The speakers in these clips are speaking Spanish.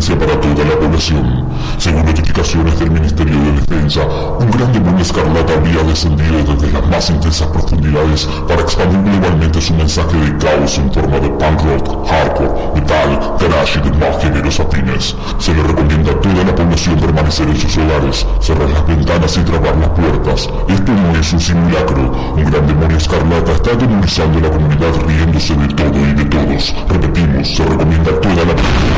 emergencia para toda la población. Según notificaciones del Ministerio de Defensa, un gran demonio escarlata habría descendido desde las más intensas profundidades para expandir globalmente su mensaje de caos en forma de punk rock, hardcore, metal, garage y demás géneros afines. Se le recomienda a toda la población permanecer en sus hogares, cerrar las ventanas y trabar las puertas. Esto no es un simulacro. Un gran demonio escarlata está atemorizando a la comunidad, riéndose de todo y de todos. Repetimos, se recomienda a toda la...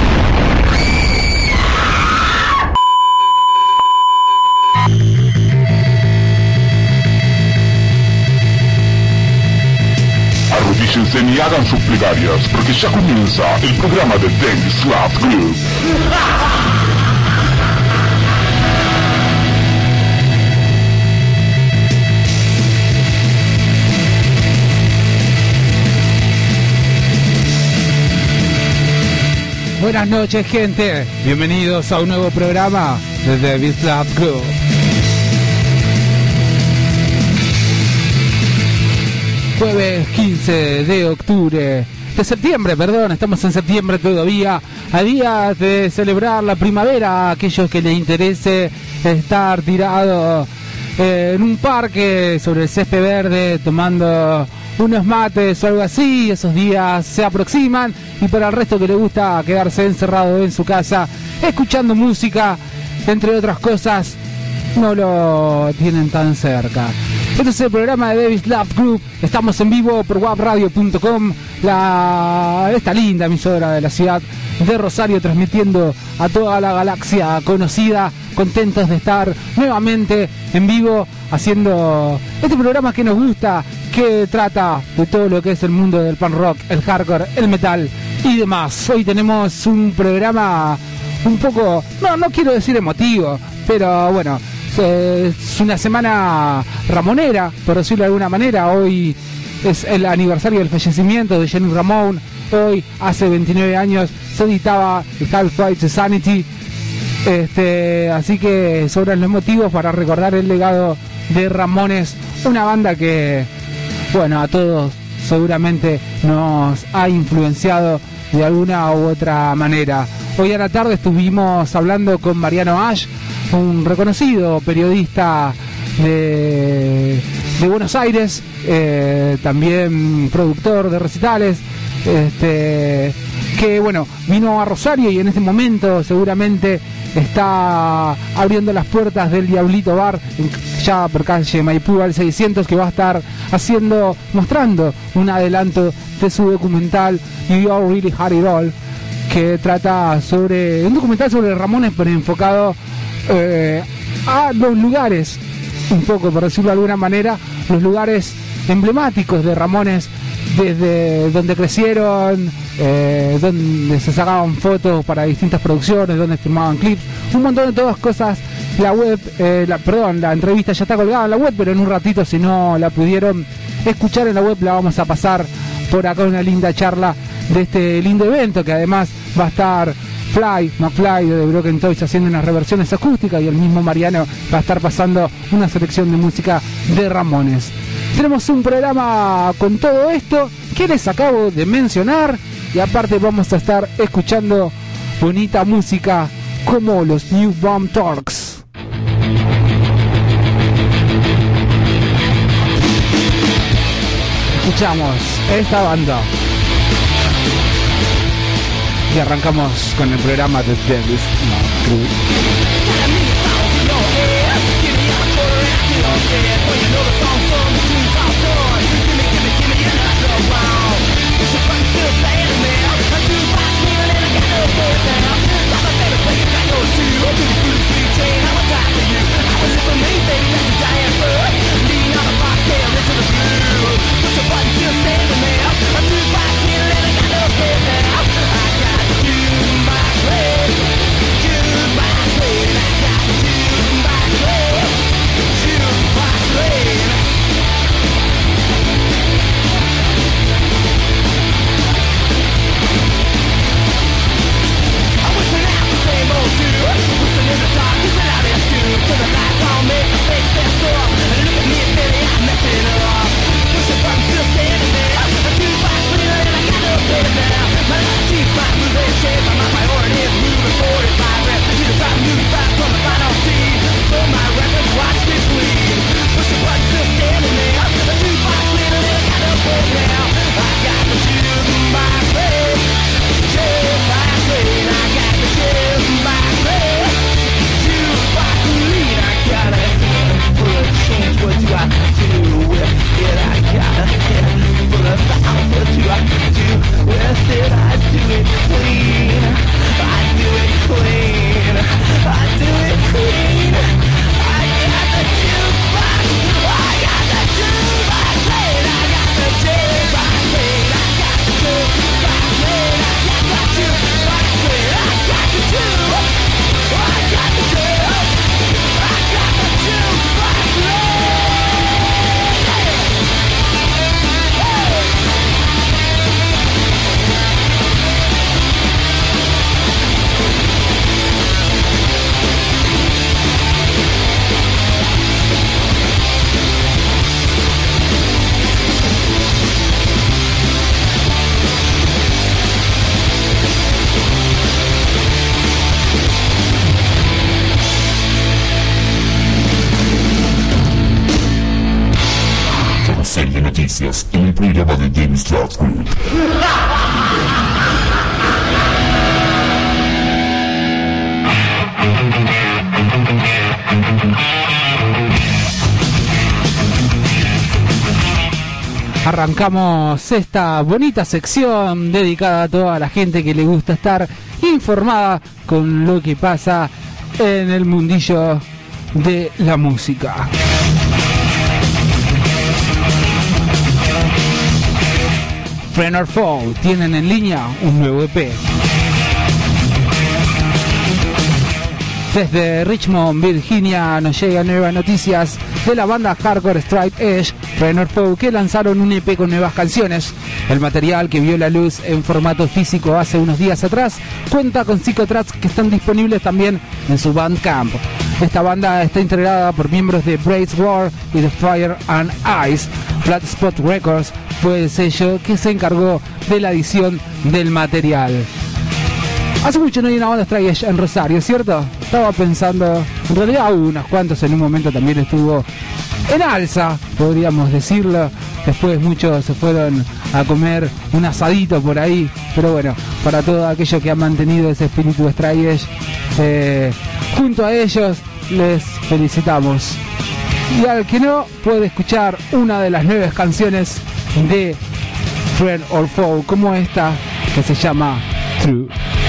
Arrodíllense y hagan sus plegarias, porque ya comienza el programa de Daily Slap Group. Buenas noches, gente. Bienvenidos a un nuevo programa de Daily Slap Group. Jueves 15 de octubre, de septiembre, perdón, estamos en septiembre todavía, a días de celebrar la primavera, a aquellos que les interese estar tirado en un parque sobre el césped verde tomando unos mates o algo así. Esos días se aproximan, y para el resto que le gusta quedarse encerrado en su casa escuchando música, entre otras cosas, no lo tienen tan cerca. Este es el programa de Davis Love Group. Estamos en vivo por wapradio.com, esta linda emisora de la ciudad de Rosario, transmitiendo a toda la galaxia conocida. Contentos de estar nuevamente en vivo haciendo este programa que nos gusta, que trata de todo lo que es el mundo del punk rock, el hardcore, el metal y demás. Hoy tenemos un programa un poco, no quiero decir emotivo, pero bueno, es una semana ramonera, por decirlo de alguna manera. Hoy es el aniversario del fallecimiento de Jenny Ramone. Hoy, hace 29 años, se editaba el Half-Fight Sanity. Así que sobran los motivos para recordar el legado de Ramones, una banda que, bueno, a todos seguramente nos ha influenciado de alguna u otra manera. Hoy a la tarde estuvimos hablando con Mariano Ash, un reconocido periodista de Buenos Aires, también productor de recitales, que bueno, vino a Rosario y en este momento seguramente está abriendo las puertas del Diablito Bar, ya por calle Maipú al 600, que va a estar mostrando un adelanto de su documental You All Really Had It All, que trata sobre un documental sobre Ramones, pero enfocado a los lugares, un poco por decirlo de alguna manera, los lugares emblemáticos de Ramones, desde donde crecieron, donde se sacaban fotos para distintas producciones, donde filmaban clips, un montón de todas cosas. La web, la entrevista ya está colgada en la web, pero en un ratito, si no la pudieron escuchar en la web, la vamos a pasar por acá, una linda charla de este lindo evento, que además va a estar McFly de Broken Toys haciendo unas reversiones acústicas, y el mismo Mariano va a estar pasando una selección de música de Ramones. Tenemos un programa con todo esto que les acabo de mencionar, y aparte vamos a estar escuchando bonita música como los New Bomb Talks. Escuchamos esta banda y arrancamos con el programa de Davis Love Group. llama The Devil's Trap Crew. Arrancamos esta bonita sección dedicada a toda la gente que le gusta estar informada con lo que pasa en el mundillo de la música. Friend or Foe tienen en línea un nuevo EP. Desde Richmond, Virginia, nos llegan nuevas noticias de la banda hardcore Straight Edge, Friend or Foe, que lanzaron un EP con nuevas canciones. El material, que vio la luz en formato físico hace unos días atrás, cuenta con 5 tracks que están disponibles también en su Bandcamp. Esta banda está integrada por miembros de Brace War y de Fire and Ice. Flat Spot Records fue el sello que se encargó de la edición del material. Hace mucho no hay una banda Straight Edge en Rosario, ¿cierto? Estaba pensando, en realidad hubo unos cuantos, en un momento también estuvo en alza, podríamos decirlo. Después muchos se fueron a comer un asadito por ahí, pero bueno, para todos aquellos que han mantenido ese espíritu Straight Edge, junto a ellos les felicitamos. Y al que no, puede escuchar una de las 9 canciones de Friend or Foe, como esta que se llama True.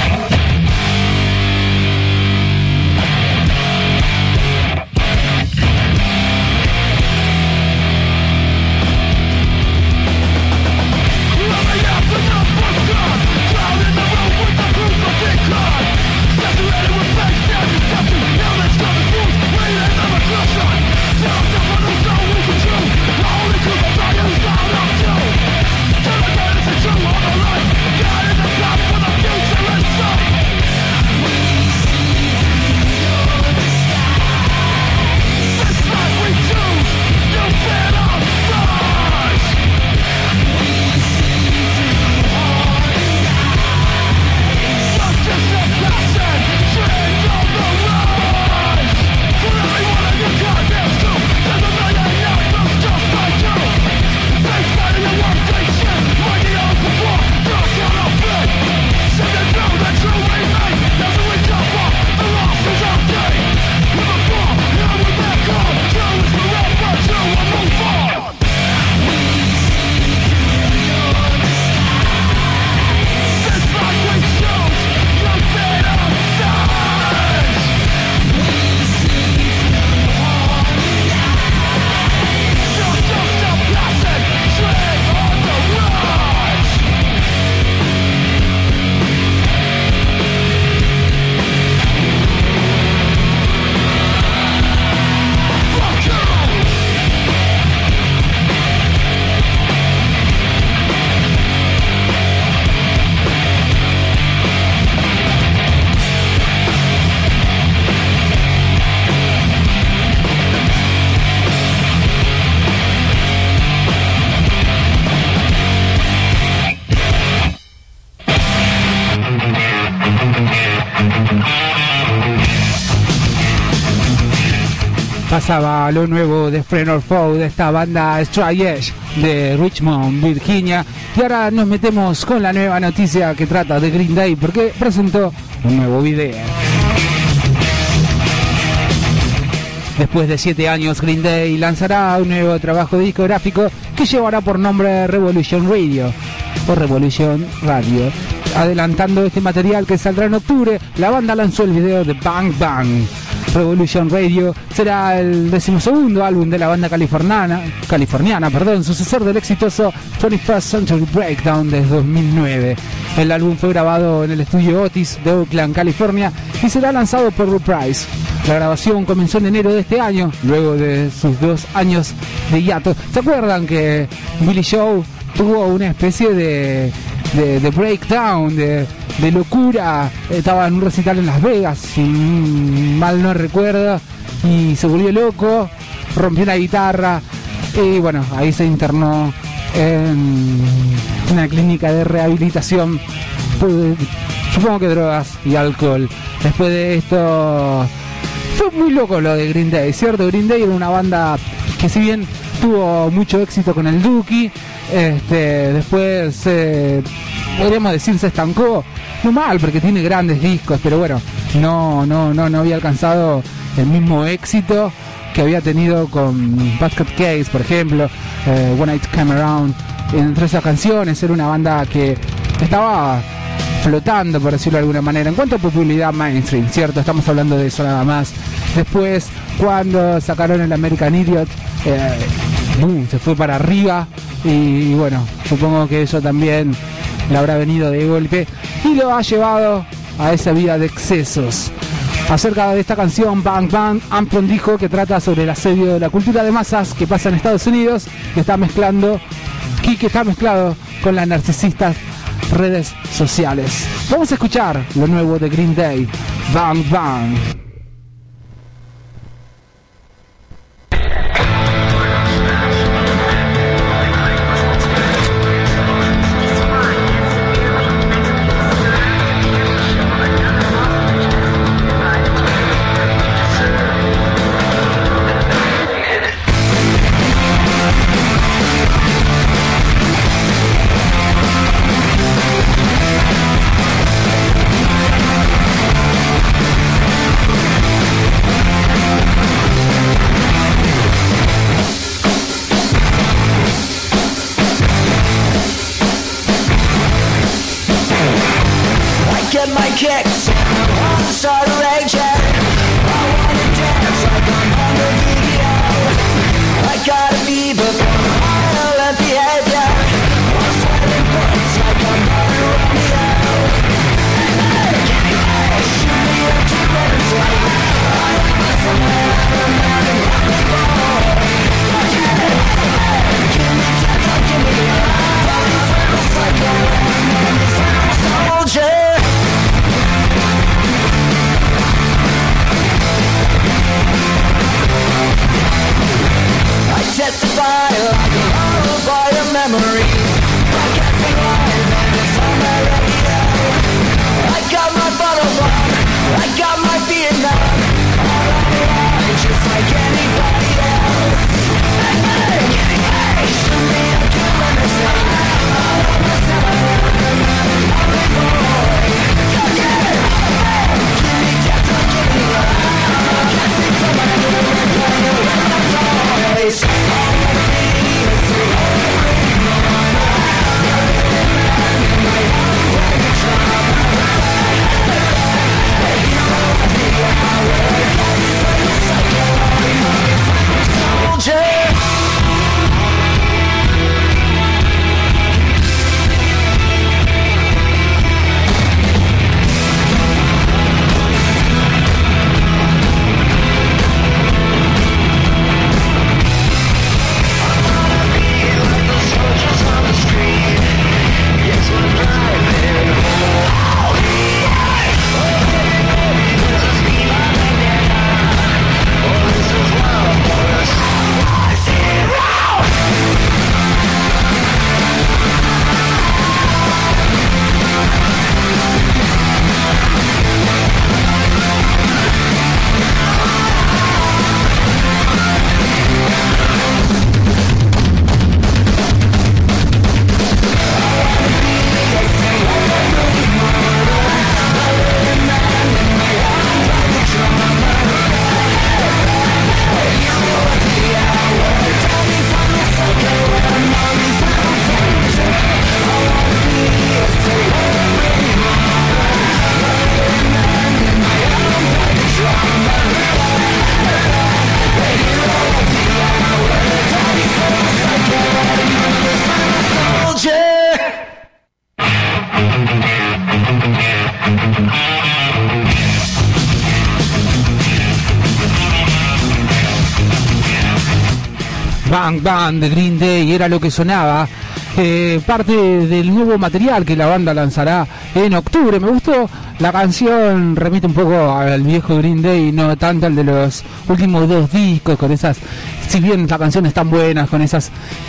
Pasaba lo nuevo de Friend or Foe, de esta banda Straight Edge de Richmond, Virginia. Y ahora nos metemos con la nueva noticia que trata de Green Day, porque presentó un nuevo video. Después de 7 años, Green Day lanzará un nuevo trabajo discográfico que llevará por nombre Revolution Radio o Revolution Radio. Adelantando este material que saldrá en octubre, la banda lanzó el video de Bang Bang. Revolution Radio será el 12º álbum de la banda californiana, sucesor del exitoso 21st Century Breakdown de 2009. El álbum fue grabado en el estudio Otis de Oakland, California, y será lanzado por Reprise. La grabación comenzó en enero de este año, luego de sus 2 años de hiato. ¿Se acuerdan que Billy Joe tuvo una especie de breakdown, de locura? Estaba en un recital en Las Vegas, si mal no recuerdo, y se volvió loco, rompió una guitarra y bueno, ahí se internó en una clínica de rehabilitación, supongo que drogas y alcohol. Después de esto fue muy loco lo de Green Day, ¿cierto? Green Day era una banda que, si bien tuvo mucho éxito con el Duki, después podríamos decir se estancó, no mal porque tiene grandes discos, pero bueno, no había alcanzado el mismo éxito que había tenido con Basket Case, por ejemplo, When I Came Around. Entre esas canciones era una banda que estaba flotando, por decirlo de alguna manera, en cuanto a popularidad mainstream, ¿cierto? Estamos hablando de eso nada más. Después, cuando sacaron el American Idiot, se fue para arriba y bueno, supongo que eso también le habrá venido de golpe y lo ha llevado a esa vida de excesos. Acerca de esta canción, Bang Bang, Armstrong dijo que trata sobre el asedio de la cultura de masas que pasa en Estados Unidos, que está mezclado con las narcisistas redes sociales. Vamos a escuchar lo nuevo de Green Day, Bang Bang. Kicks, start raging. I wanna dance like I'm on the video. I got a fever for violent behavior. I'm sweating bullets like I'm on a Romeo. Shoot me up to ribbons like I am somewhere I'm not in rock and roll. Give me time, give me love. Don't be so psycho, I'm a soldier. Testify like a model by your memories. I can't sing live and it's on my radio. I got my bottle bomb, I got my Vietnam. All on the line, just like anybody else. Hey, shoot me up to Wednesday. All on the summer, I'm a boy. Give me death, give me love. I can't sing for my toys. Bang Bang de Green Day era lo que sonaba, parte del nuevo material que la banda lanzará en octubre. Me gustó, la canción remite un poco al viejo Green Day, no tanto al de los últimos dos discos, con esas, si bien las canciones están buenas, con esas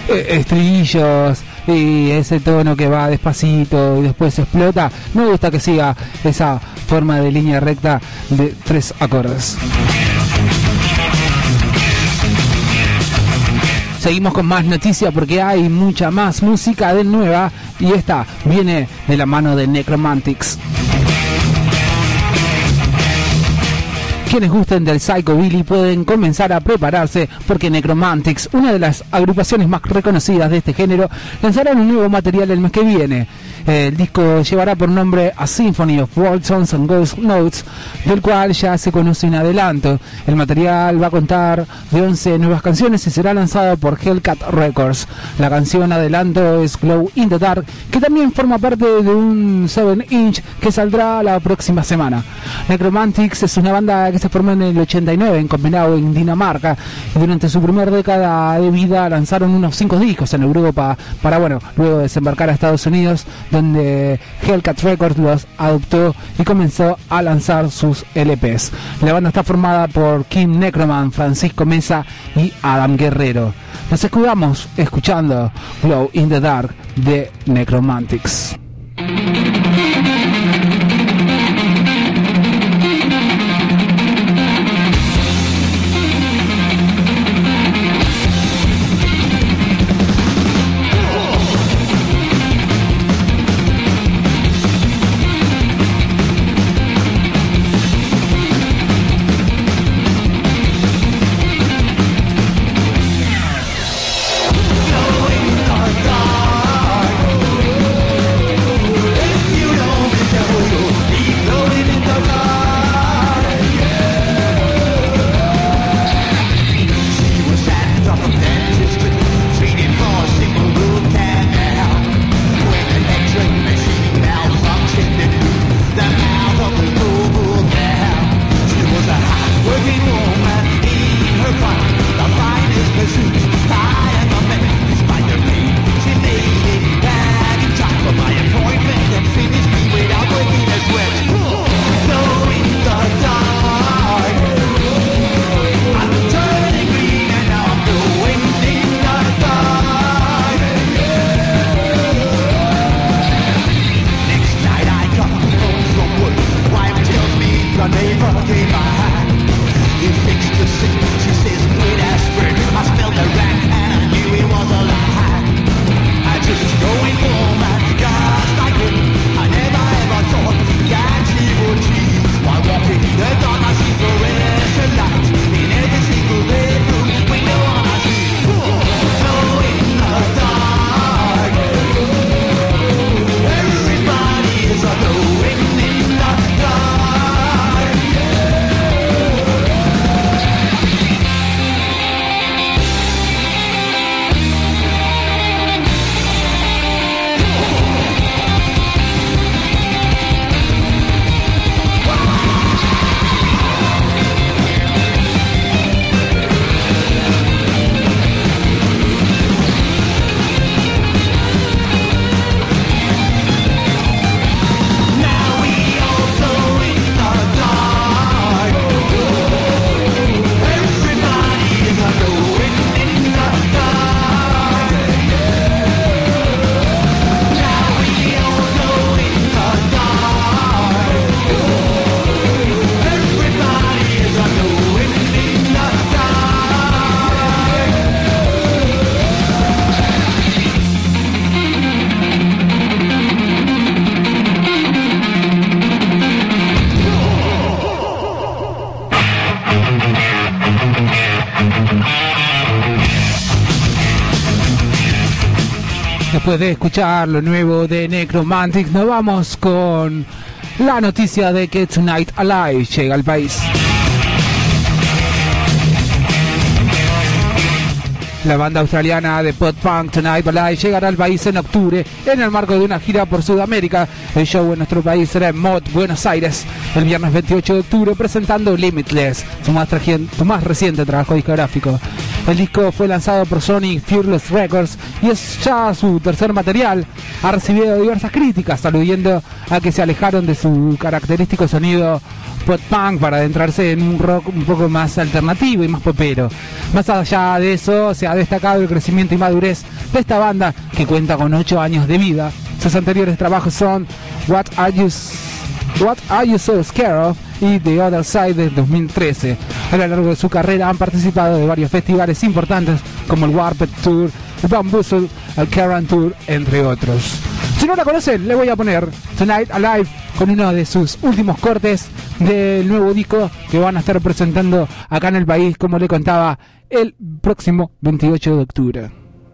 estribillos y ese tono que va despacito y después explota. Me gusta que siga esa forma de línea recta de 3 acordes. Seguimos con más noticias porque hay mucha más música de nueva y esta viene de la mano de Necromantics. Quienes gusten del Psychobilly pueden comenzar a prepararse porque Necromantics, una de las agrupaciones más reconocidas de este género, lanzarán un nuevo material el mes que viene. El disco llevará por nombre A Symphony of World Songs and Ghost Notes, del cual ya se conoce un adelanto. El material va a contar de 11 nuevas canciones y será lanzado por Hellcat Records. La canción adelanto es Glow in the Dark, que también forma parte de un 7-inch que saldrá la próxima semana. Necromantics es una banda que se formó en el 89 en Copenhague, en Dinamarca, y durante su primera década de vida lanzaron unos 5 discos en Europa para, luego desembarcar a Estados Unidos, donde Hellcat Records los adoptó y comenzó a lanzar sus LPs. La banda está formada por Kim Necroman, Francisco Mesa y Adam Guerrero. Nos escuchamos escuchando Glow in the Dark de Necromantics. Después de escuchar lo nuevo de Necromantics, nos vamos con la noticia de que Tonight Alive llega al país. La banda australiana de pop-punk Tonight Alive llegará al país en octubre en el marco de una gira por Sudamérica. El show en nuestro país será en Mod, Buenos Aires, el viernes 28 de octubre, presentando Limitless, su más reciente trabajo discográfico. El disco fue lanzado por Sony Fearless Records y es ya su tercer material. Ha recibido diversas críticas, aludiendo a que se alejaron de su característico sonido pop-punk para adentrarse en un rock un poco más alternativo y más popero. Más allá de eso, se ha destacado el crecimiento y madurez de esta banda, que cuenta con 8 años de vida. Sus anteriores trabajos son What Are You So Scared Of y The Other Side de 2013. A lo largo de su carrera han participado de varios festivales importantes como el Warped Tour, el Bamboozle, el Kerrang Tour, entre otros. Si no la conocen, le voy a poner Tonight Alive con uno de sus últimos cortes del nuevo disco que van a estar presentando acá en el país, como le contaba, el próximo 28 de octubre.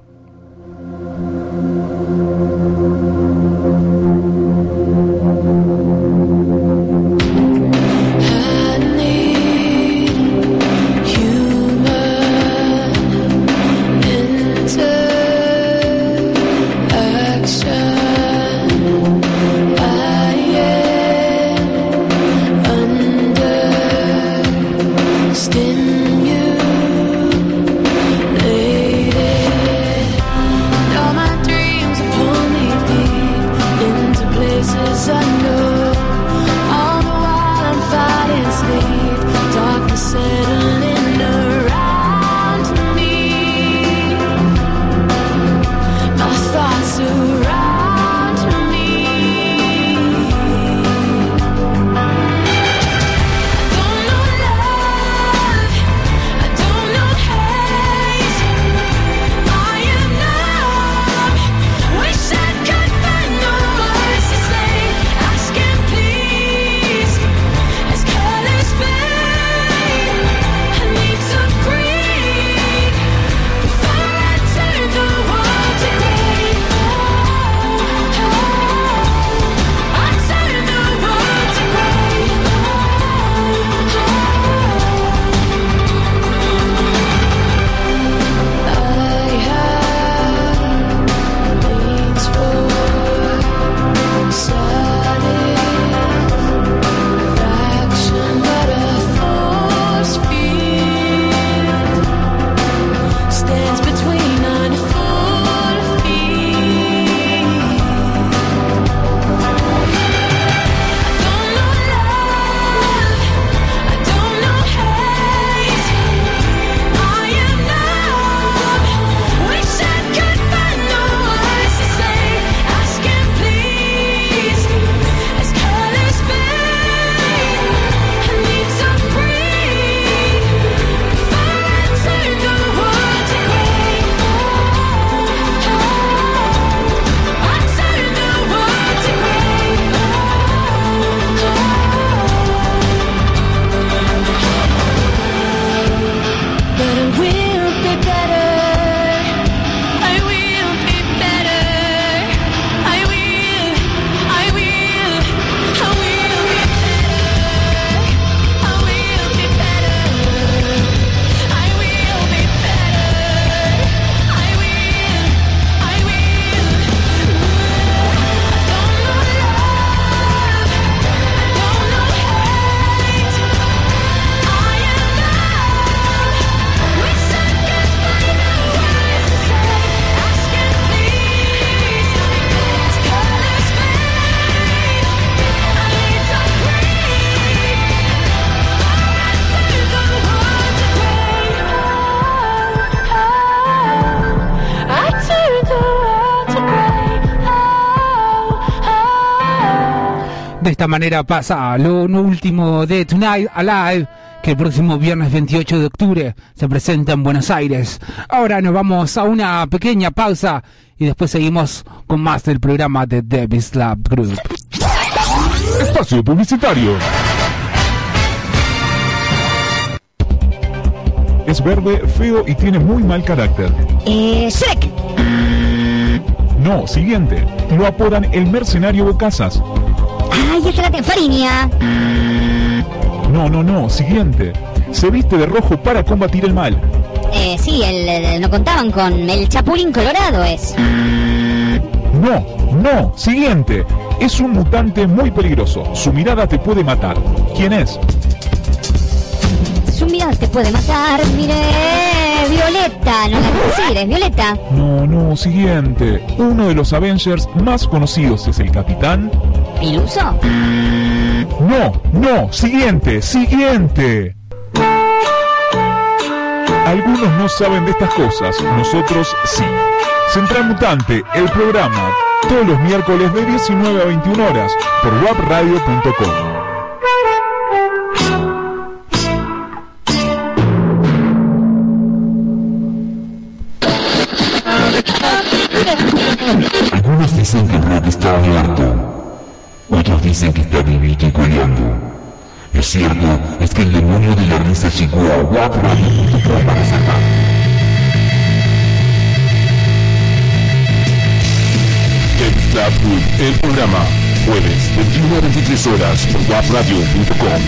De esta manera pasa lo último de Tonight Alive, que el próximo viernes 28 de octubre se presenta en Buenos Aires. Ahora nos vamos a una pequeña pausa y después seguimos con más del programa de The Bislab Group. Espacio publicitario. Es verde, feo y tiene muy mal carácter. Shrek. No, siguiente. Lo apodan el mercenario Bocazas. Ay, es la Tefarinia. No, siguiente. Se viste de rojo para combatir el mal. Sí, no contaban con el Chapulín Colorado, es. No, siguiente. Es un mutante muy peligroso. Su mirada te puede matar. ¿Quién es? Su mirada te puede matar. Mire, Violeta. No la conocís, es Violeta. No, siguiente. Uno de los Avengers más conocidos es el Capitán... ¿Piluso? No, siguiente. Algunos no saben de estas cosas, nosotros sí. Central Mutante, el programa, todos los miércoles de 19 a 21 horas por wapradio.com. está muerto. Otros dicen que está vivito y coleando. Lo cierto es que el demonio de la risa llegó a wapradio.com para salvar. Extra Food, el programa, jueves, 21 a 23 horas por wapradio.com.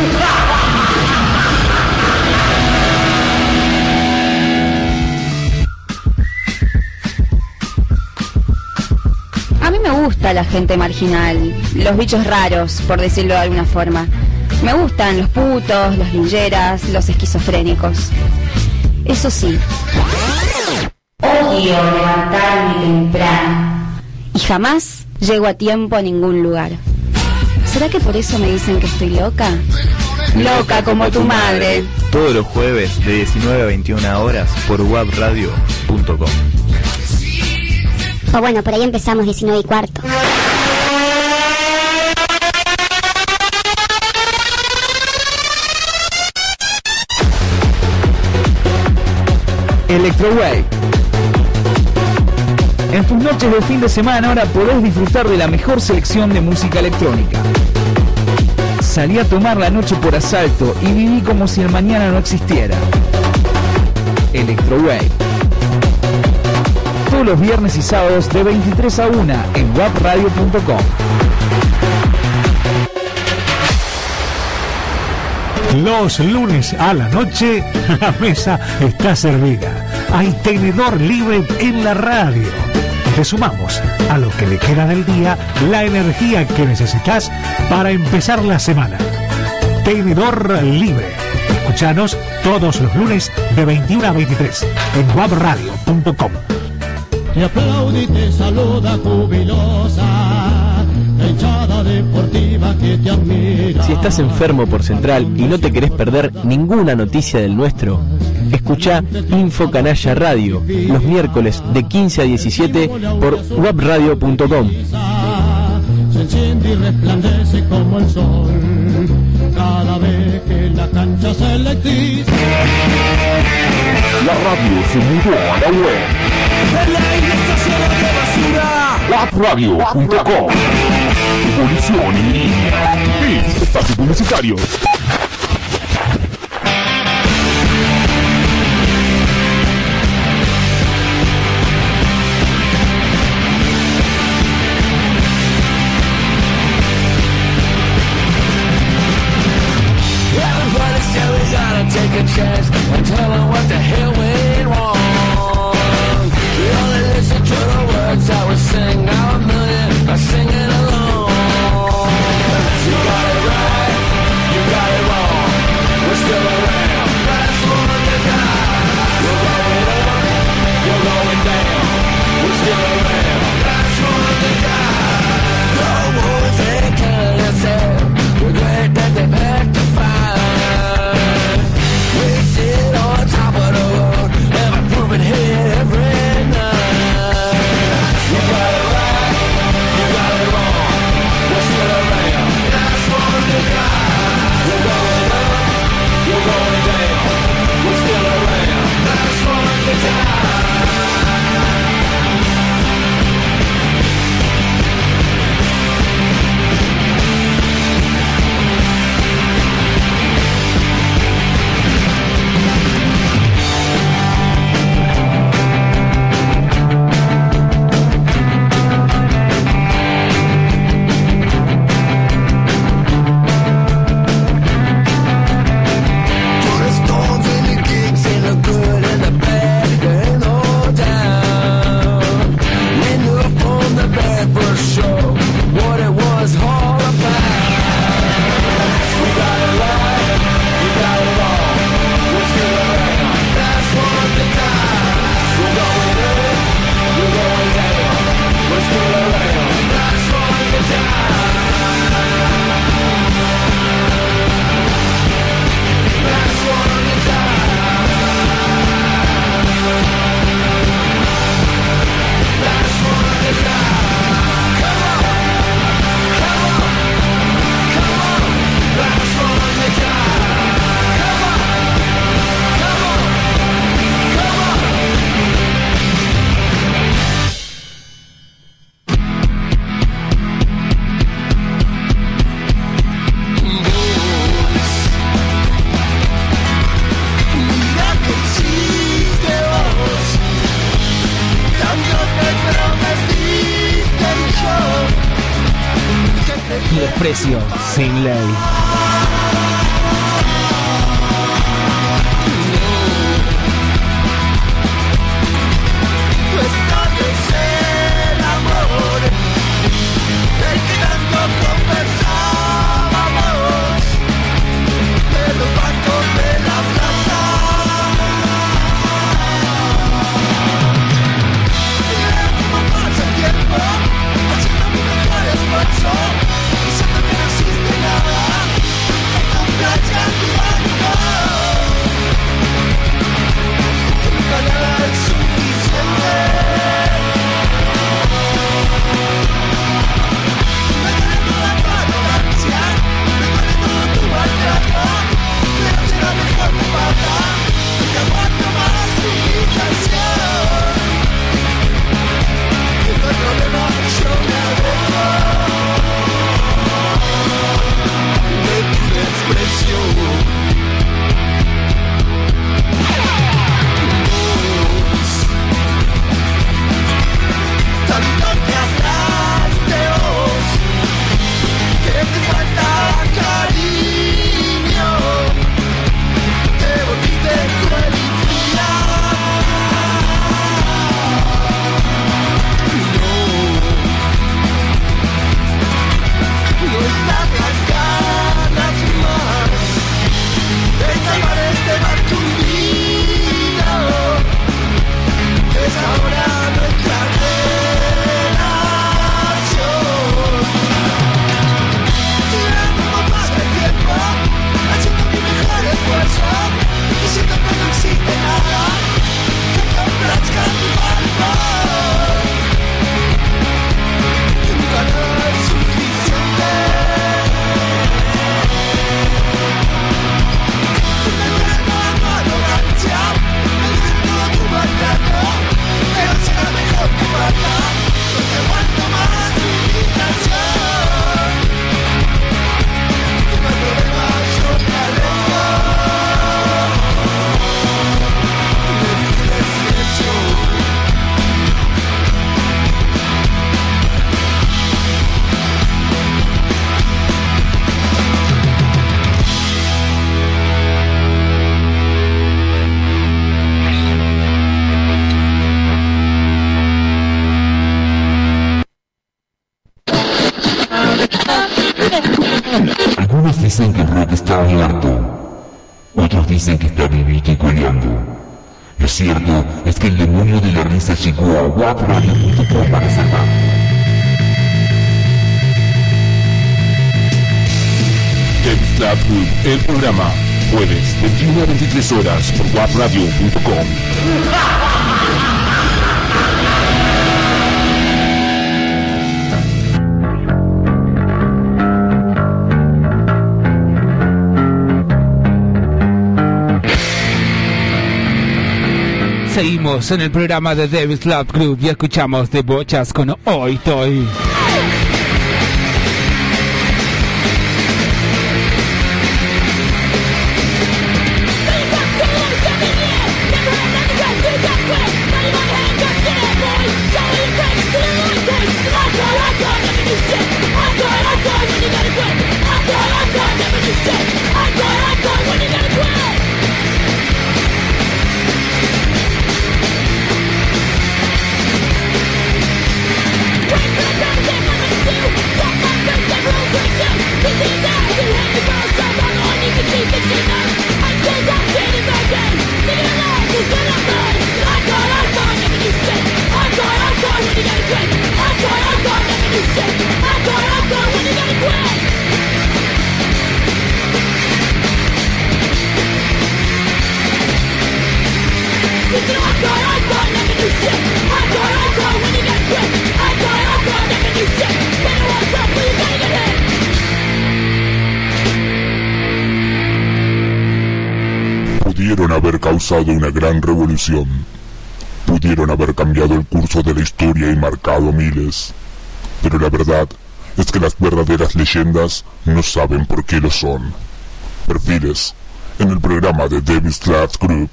A mí me gusta la gente marginal, los bichos raros, por decirlo de alguna forma. Me gustan los putos, los lingeras, los esquizofrénicos. Eso sí, odio levantarme temprano y jamás llego a tiempo a ningún lugar. ¿Será que por eso me dicen que estoy loca? Loca como tu madre. Todos los jueves de 19 a 21 horas por wapradio.com. O bueno, por ahí empezamos 19:15. Electrowave. En tus noches de fin de semana ahora podés disfrutar de la mejor selección de música electrónica. Salí a tomar la noche por asalto y viví como si el mañana no existiera. Electrowave. Todos los viernes y sábados de 23 a 1 en wapradio.com. Los lunes a la noche, la mesa está servida. Hay tenedor libre en la radio. Te sumamos a lo que le queda del día la energía que necesitas para empezar la semana. Tenedor libre. Escuchanos todos los lunes de 21 a 23 en wapradio.com. Te aplaude y te saluda jubilosa, la hinchada deportiva que te admira. Si estás enfermo por Central y no te querés perder ninguna noticia del nuestro, escucha Info Canalla Radio los miércoles de 15 a 17 por wapradio.com. Se enciende y resplandece como el sol cada vez que la cancha se electriza. La radio se mudó a la web. wapradio.com. Publicación en línea. Fin, espacio publicitario. Take a chance and tell her what the hell went wrong. We only listen to the words I was singing. Now a million are singing along. You got it right, you got it wrong. Desprecio sin ley. Algunos dicen que el rock está muerto, otros dicen que está vivito y coleando. Lo cierto es que el demonio de la risa llegó a wapradio.com para salvar. Davis Lab Group, el programa, jueves, 21 a 23 horas por wapradio.com. Seguimos en el programa de Davis Lab Group y escuchamos de Bochas con Hoy Toy. Pudieron haber causado una gran revolución. Pudieron haber cambiado el curso de la historia y marcado miles. Pero la verdad es que las verdaderas leyendas no saben por qué lo son. Perfiles en el programa de Davis Lab Group.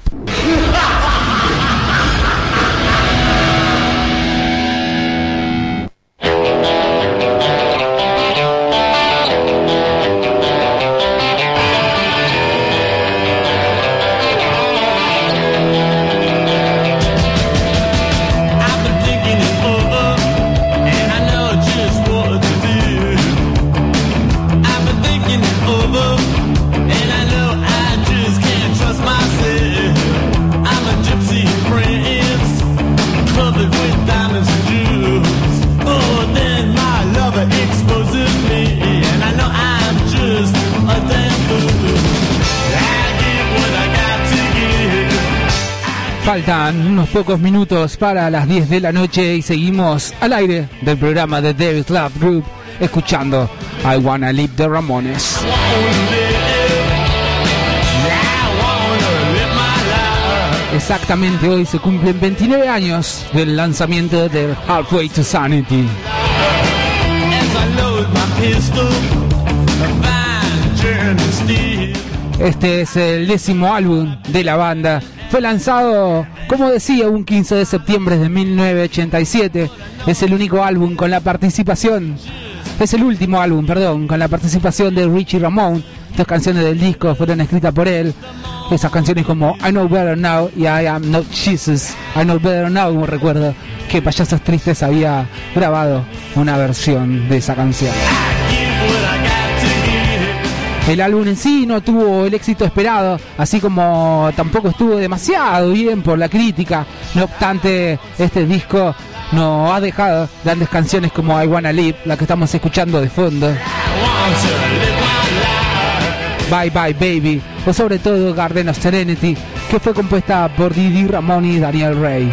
Faltan unos pocos minutos para las 10 de la noche y seguimos al aire del programa de David Love Group escuchando I Wanna Live de Ramones. Exactamente hoy se cumplen 29 años del lanzamiento de Halfway to Sanity. Este es el 10º álbum de la banda. Fue lanzado, como decía, un 15 de septiembre de 1987. Es el único álbum con la participación. Es el último álbum, perdón, con la participación de Richie Ramone. Estas canciones del disco fueron escritas por él. Esas canciones como I Know Better Now y I Am Not Jesus. I Know Better Now, recuerdo que Payasos Tristes había grabado una versión de esa canción. El álbum en sí no tuvo el éxito esperado, así como tampoco estuvo demasiado bien por la crítica. No obstante, este disco nos ha dejado grandes canciones como I Wanna Live, la que estamos escuchando de fondo, Bye Bye Baby, o sobre todo Garden of Serenity, que fue compuesta por Didi Ramone y Daniel Rey.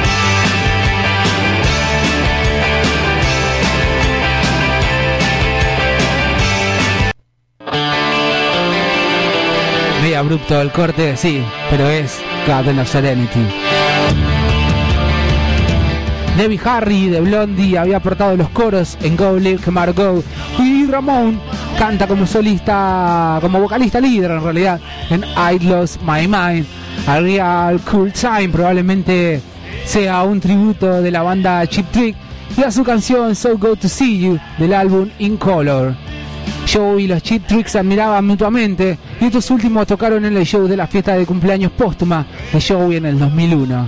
Medio abrupto el corte, sí, pero es Garden of Serenity. Debbie Harry de Blondie había aportado los coros en Go Live Margot, y Ramone canta como solista, como vocalista líder en realidad, en I Lost My Mind. A Real Cool Time probablemente sea un tributo de la banda Cheap Trick y a su canción So Good to See You del álbum In Color. Joe y los Cheap Tricks se admiraban mutuamente y estos últimos tocaron en el show de la fiesta de cumpleaños póstuma de Joey en el 2001.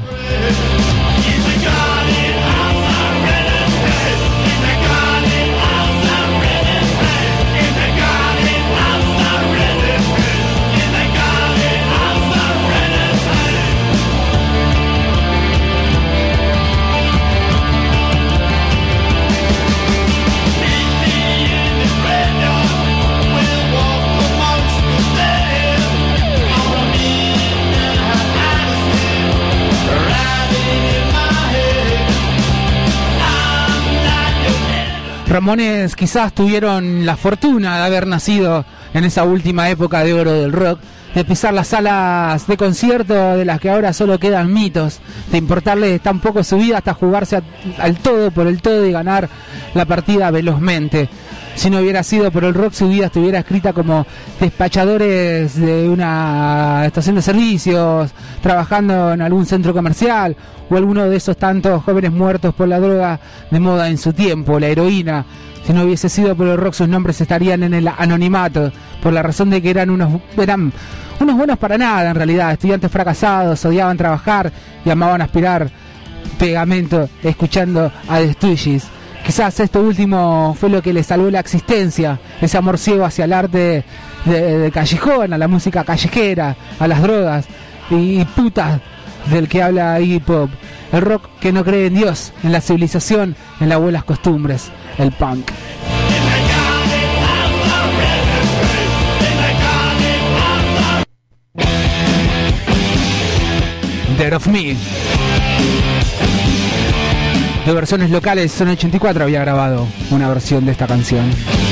Ramones quizás tuvieron la fortuna de haber nacido en esa última época de oro del rock, de pisar las salas de concierto de las que ahora solo quedan mitos, de importarles tan poco su vida hasta jugarse al todo por el todo y ganar la partida velozmente. Si no hubiera sido por el rock, su vida estuviera escrita como despachadores de una estación de servicios, trabajando en algún centro comercial, o alguno de esos tantos jóvenes muertos por la droga de moda en su tiempo, la heroína. Si no hubiese sido por el rock, sus nombres estarían en el anonimato, por la razón de que eran unos buenos para nada en realidad, estudiantes fracasados, odiaban trabajar y amaban aspirar pegamento escuchando a The Stooges. Quizás esto último fue lo que le salvó la existencia, ese amor ciego hacia el arte de callejón, a la música callejera, a las drogas y putas del que habla Iggy Pop. El rock que no cree en Dios, en la civilización, en las buenas costumbres, el punk. Dead of Me. De versiones locales, Zona 84 había grabado una versión de esta canción.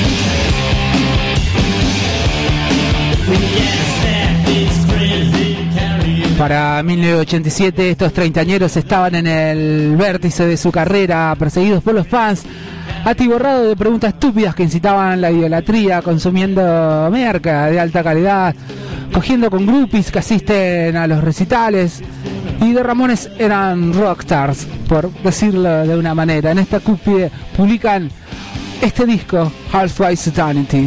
Para 1987 estos treintañeros estaban en el vértice de su carrera, perseguidos por los fans, atiborrados de preguntas estúpidas que incitaban la idolatría, consumiendo merca de alta calidad, cogiendo con groupies que asisten a los recitales. Y de Ramones eran rockstars, por decirlo de una manera. En esta cúspide publican este disco, Halfway to Sanity.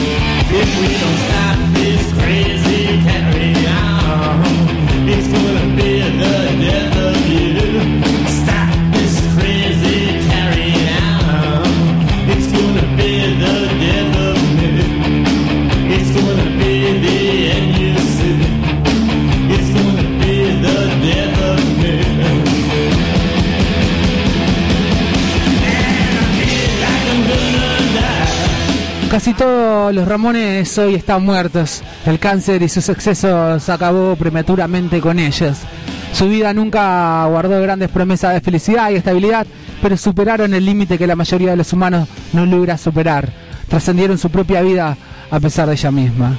Casi todos los Ramones hoy están muertos. El cáncer y sus excesos acabó prematuramente con ellos. Su vida nunca guardó grandes promesas de felicidad y estabilidad, pero superaron el límite que la mayoría de los humanos no logra superar. Trascendieron su propia vida a pesar de ella misma.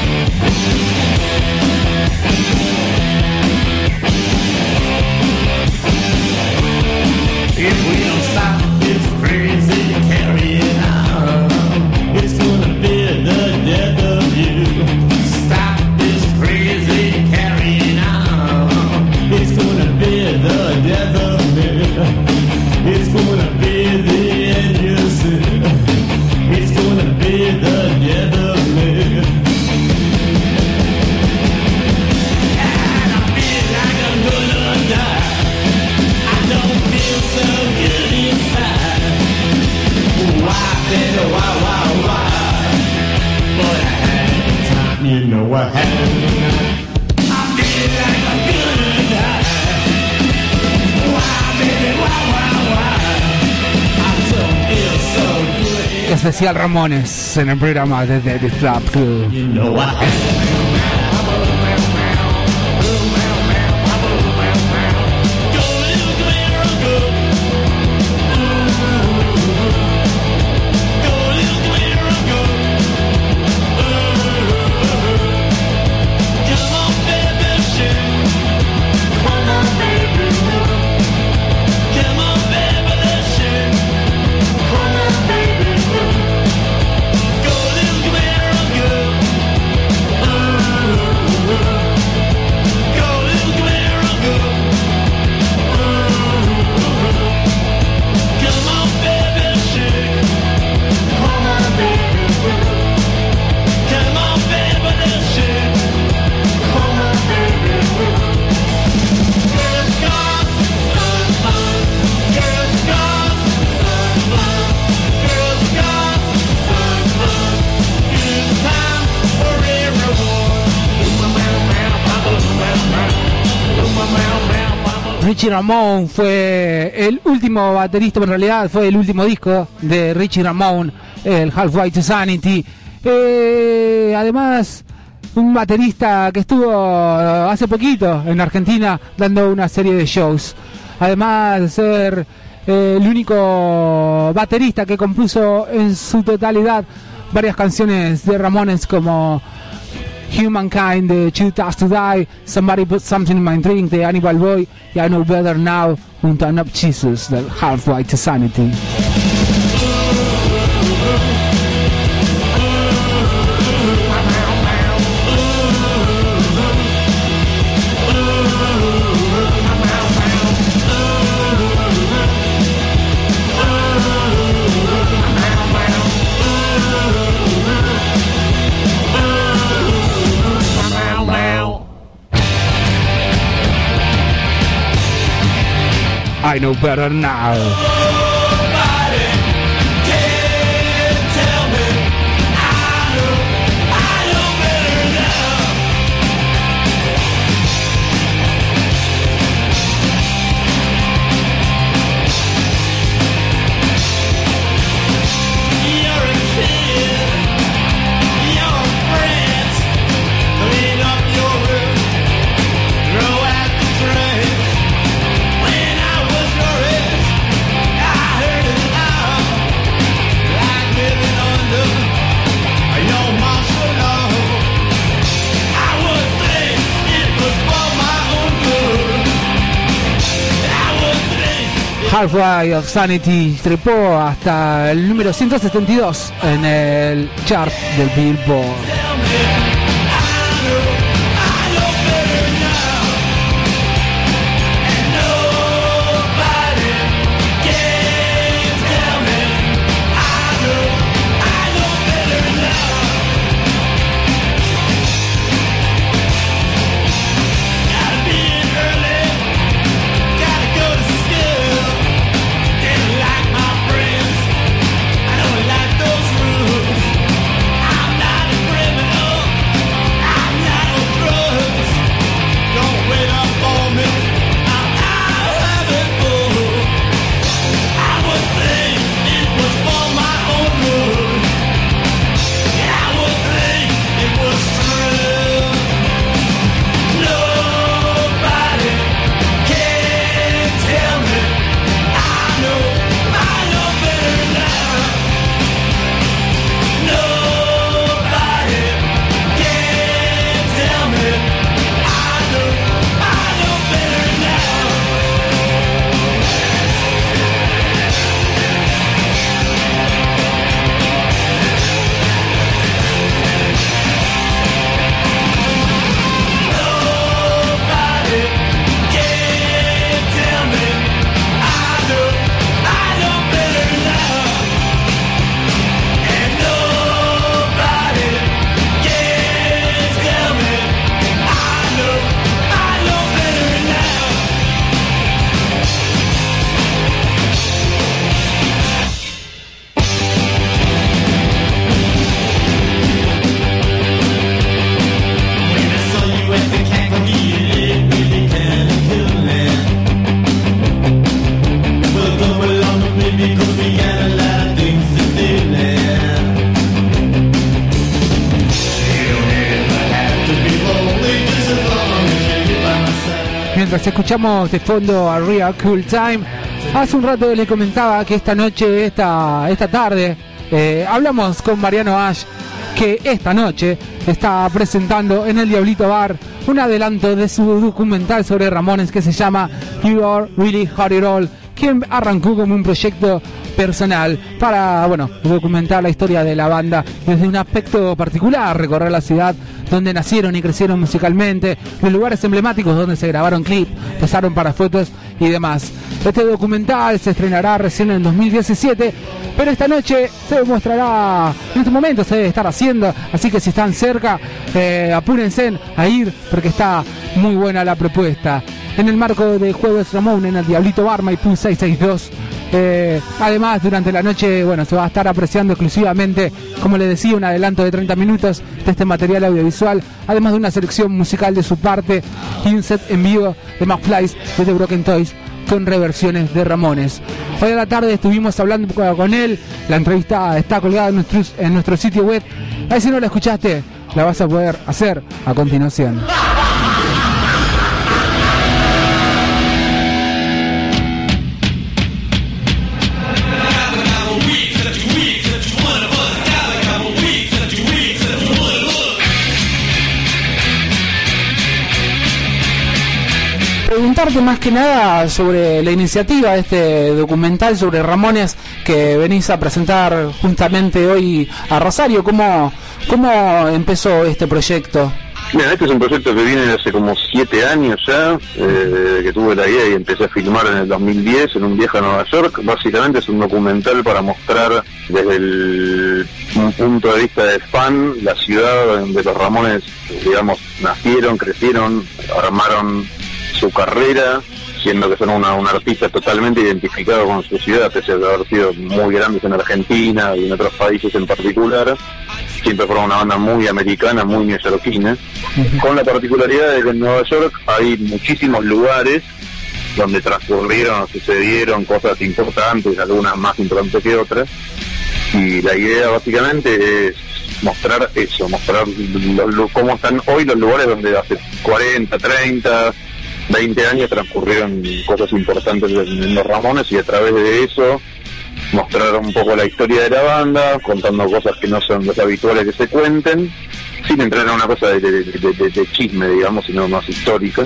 If we don't stop this crazy carrying on, it's gonna be the death of you. Stop this crazy carrying on, it's gonna be the death of me. It's gonna be the end you see. It's gonna be the death of me. And I feel like I'm gonna die. I don't feel so good inside. Why, baby, why? But I had time, you know I had tonight. I feel like I'm gonna die. Why, baby, why? I don't feel so good. Especial Ramones en el programa de The Slap Crew. You know I had Richie Ramone fue el último baterista, en realidad fue el último disco de Richie Ramone, el Halfway to Sanity. Además, un baterista que estuvo hace poquito en Argentina dando una serie de shows. Además de ser el único baterista que compuso en su totalidad varias canciones de Ramones como Humankind de Too Tough to Die, Somebody Put Something in My Drink de Hannibal Boy y I Know Better Now junto a Nob Jesus del Halfway to Sanity. I know better now. Halfway of Sanity trepó hasta el número 172 en el chart del Billboard. mientras escuchamos de fondo a Real Cool Time. Hace un rato les comentaba que esta noche, esta tarde, hablamos con Mariano Ash, que esta noche está presentando en el Diablito Bar un adelanto de su documental sobre Ramones que se llama You Are Really Hard It All, que arrancó como un proyecto personal para, bueno, documentar la historia de la banda desde un aspecto particular, recorrer la ciudad donde nacieron y crecieron musicalmente, los lugares emblemáticos donde se grabaron clips, pasaron para fotos y demás. Este documental se estrenará recién en 2017, pero esta noche se mostrará, en este momento se debe estar haciendo, así que si están cerca, apúrense a ir porque está muy buena la propuesta. En el marco de Jueves Ramón en el Diablito Bar Maipú 662. Además, durante la noche, bueno, se va a estar apreciando exclusivamente, como les decía, un adelanto de 30 minutos de este material audiovisual, además de una selección musical de su parte y un set en vivo de McFlys de The Broken Toys con reversiones de Ramones. Hoy a la tarde estuvimos hablando con él, la entrevista está colgada en nuestro sitio web. Ahí si no la escuchaste, la vas a poder hacer a continuación. Preguntarte más que nada sobre la iniciativa de este documental sobre Ramones que venís a presentar justamente hoy a Rosario. ¿Cómo empezó este proyecto? Mira, este es un proyecto que viene de hace como 7 años ya, que tuve la idea y empecé a filmar en el 2010 en un viaje a Nueva York. Básicamente es un documental para mostrar desde un punto de vista de fan la ciudad donde los Ramones, digamos, nacieron, crecieron, armaron su carrera, siendo que son un artista totalmente identificado con su ciudad, pese a haber sido muy grandes en Argentina y en otros países en particular. Siempre fueron una banda muy americana, muy neoyorquina, con la particularidad de que en Nueva York hay muchísimos lugares donde transcurrieron, sucedieron cosas importantes, algunas más importantes que otras, y la idea básicamente es mostrar eso, mostrar cómo están hoy los lugares donde hace 40, 30, 20 años transcurrieron cosas importantes en los Ramones, y a través de eso mostrar un poco la historia de la banda, contando cosas que no son las habituales que se cuenten, sin entrar en una cosa de chisme, digamos, sino más histórica,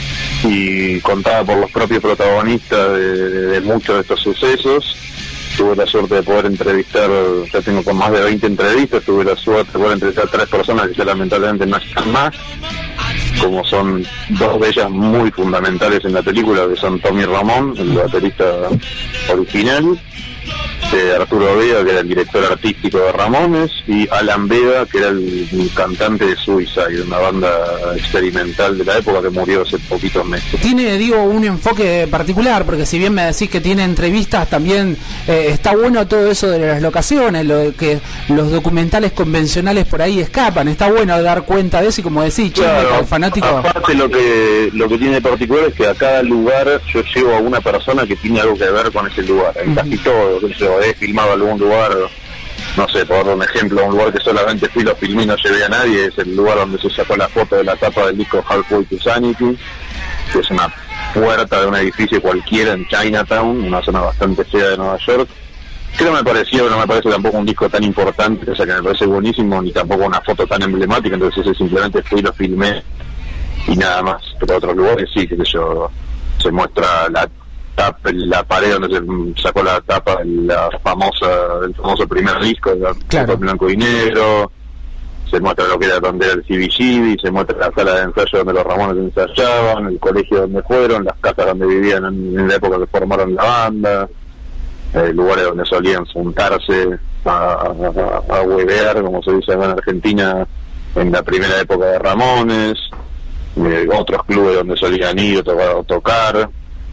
y contada por los propios protagonistas de muchos de estos sucesos. Tuve la suerte de poder entrevistar, ya tengo con más de 20 entrevistas, tuve la suerte de poder entrevistar 3 personas que ya lamentablemente no están más, como son 2 de ellas muy fundamentales en la película, que son Tommy Ramón, el baterista original, Arturo Vega, que era el director artístico de Ramones, y Alan Vega, que era el cantante de Suicide, una banda experimental de la época que murió hace poquitos meses. Tiene, digo, un enfoque particular, porque si bien me decís que tiene entrevistas, también está bueno todo eso de las locaciones, lo de que los documentales convencionales por ahí escapan. Está bueno dar cuenta de eso, y como decís, claro, como fanático. Aparte lo que tiene de particular es que a cada lugar yo llevo a una persona que tiene algo que ver con ese lugar, en casi todo, he filmado algún lugar, no sé, por dar un ejemplo, un lugar que solamente fui, lo filmé y no llevé a nadie, es el lugar donde se sacó la foto de la tapa del disco Halfway to Sanity, que es una puerta de un edificio cualquiera en Chinatown, una zona bastante fea de Nueva York, que no me parece tampoco un disco tan importante, o sea que me parece buenísimo, ni tampoco una foto tan emblemática, entonces simplemente fui, lo filmé y nada más. Pero otros lugares sí, que yo, se muestra la pared donde se sacó la tapa del famoso primer disco, claro, blanco y negro, se muestra lo que era donde era el CBGB, se muestra la sala de ensayo donde los Ramones ensayaban, el colegio donde fueron, las casas donde vivían en la época que formaron la banda, lugares donde solían juntarse a huevear, como se dice acá en Argentina, en la primera época de Ramones, otros clubes donde solían ir o tocar.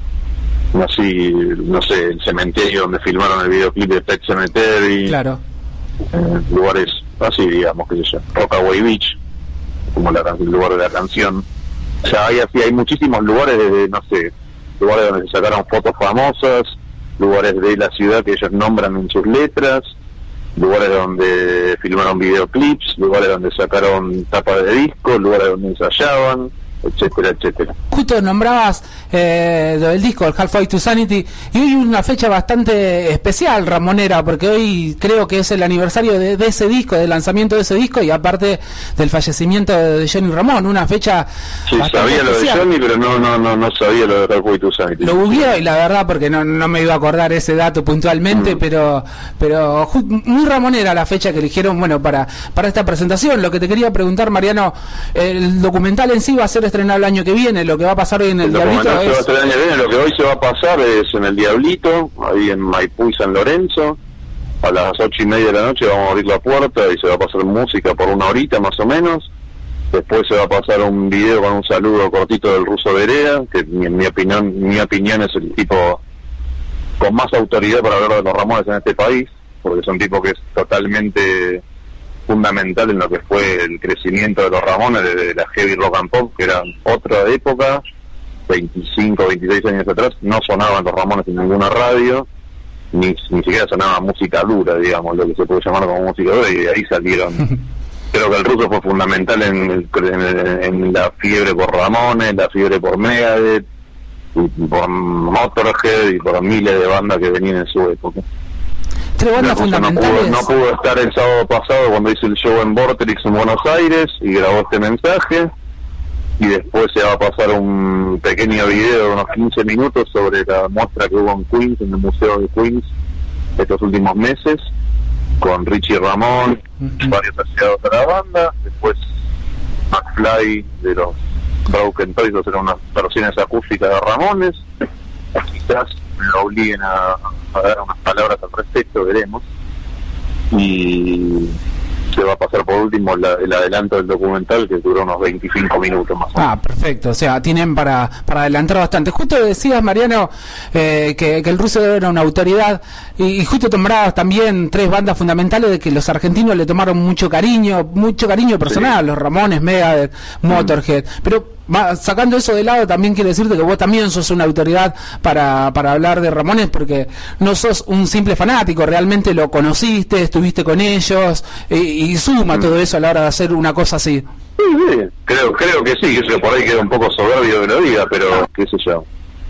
Así, no sé, el cementerio donde filmaron el videoclip de Pet Cemetery, claro, lugares así, digamos, que sé yo, Rockaway Beach, como el lugar de la canción. O sea, hay muchísimos lugares no sé, lugares donde se sacaron fotos famosas, lugares de la ciudad que ellos nombran en sus letras, lugares donde filmaron videoclips, lugares donde sacaron tapas de discos, lugares donde ensayaban. etcétera, etcétera. Justo nombrabas el disco, el Halfway to Sanity, y hoy una fecha bastante especial, ramonera, porque hoy creo que es el aniversario de ese disco, del lanzamiento de ese disco, y aparte del fallecimiento de Johnny Ramón, una fecha sí, sabía especial. Lo de Johnny, pero no sabía lo de Halfway to Sanity. Lo googleé, y la verdad, porque no me iba a acordar ese dato puntualmente, pero muy ramonera la fecha que eligieron, bueno, para esta presentación. Lo que te quería preguntar, Mariano, el documental en sí va a ser estrenado el año que viene. Lo que va a pasar hoy en el Diablito es... el año que viene, lo que hoy se va a pasar es en el Diablito, ahí en Maipú y San Lorenzo. A las 8:30 de la noche vamos a abrir la puerta y se va a pasar música por 1 horita más o menos. Después se va a pasar un video con un saludo cortito del Ruso Berea, que en mi opinión es el tipo con más autoridad para hablar de los Ramones en este país, porque es un tipo que es totalmente fundamental en lo que fue el crecimiento de los Ramones, de la heavy rock and pop, que era otra época, 25, 26 años atrás, no sonaban los Ramones en ninguna radio, ni siquiera sonaba música dura, digamos, lo que se puede llamar como música dura, y de ahí salieron. Creo que el Ruso fue fundamental en la fiebre por Ramones, la fiebre por Megadeth, y por Motorhead, y por miles de bandas que venían en su época. No pudo estar el sábado pasado cuando hice el show en Vorterix en Buenos Aires y grabó este mensaje, y después se va a pasar un pequeño video de unos 15 minutos sobre la muestra que hubo en Queens, en el Museo de Queens, estos últimos meses, con Richie Ramón, varios asociados a la banda. Después McFly de los Broken Toys, o sea, unas versiones acústicas de Ramones. Quizás me lo obliguen a dar unas palabras al respecto, veremos. Y se va a pasar por último el adelanto del documental, que duró unos 25 minutos más o menos. Perfecto, o sea, tienen para adelantar bastante. Justo decías, Mariano, que el Ruso era una autoridad, y justo nombrabas también 3 bandas fundamentales de que los argentinos le tomaron mucho cariño personal, sí. Los Ramones, Megadeth, Motorhead, pero sacando eso de lado, también quiero decirte que vos también sos una autoridad para hablar de Ramones, porque no sos un simple fanático, realmente lo conociste, estuviste con ellos, y suma todo eso a la hora de hacer una cosa así. Sí, creo que sí, que por ahí queda un poco soberbio que lo diga, pero qué sé yo.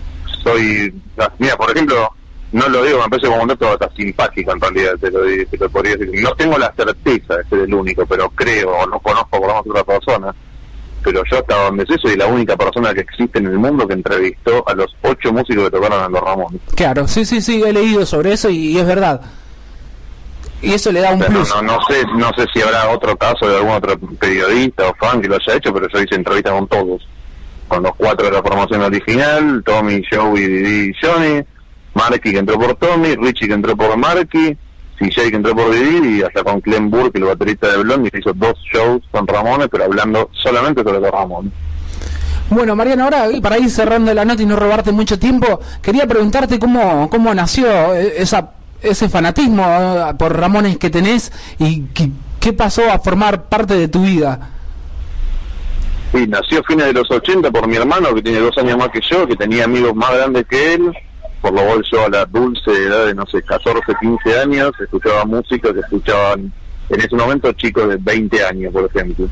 Mira, por ejemplo, no lo digo, me parece como un dato hasta simpático en realidad, te lo podría decir. No tengo la certeza de ser el único, pero creo, o no conozco por lo menos otra persona, pero yo hasta donde sé soy la única persona que existe en el mundo que entrevistó a los 8 músicos que tocaron a los Ramones. Claro, sí, he leído sobre eso y es verdad. Y eso le da un plus. No sé si habrá otro caso de algún otro periodista o fan que lo haya hecho, pero yo hice entrevistas con todos. Con los 4 de la formación original, Tommy, Joey, Didi y Johnny, Marky que entró por Tommy, Richie que entró por Marky, CJ que entró por Didi, y hasta con Clem Burke, el baterista de Blondie, que hizo 2 shows con Ramones, pero hablando solamente sobre los Ramones. Bueno, Mariano, ahora para ir cerrando la nota y no robarte mucho tiempo, quería preguntarte cómo nació ese fanatismo por Ramones que tenés, y qué pasó a formar parte de tu vida. Sí, nació a fines de los 80 por mi hermano, que tiene 2 años más que yo, que tenía amigos más grandes que él, por lo cual yo a la dulce edad de, 14, 15 años, escuchaba música que escuchaban en ese momento chicos de 20 años, por ejemplo.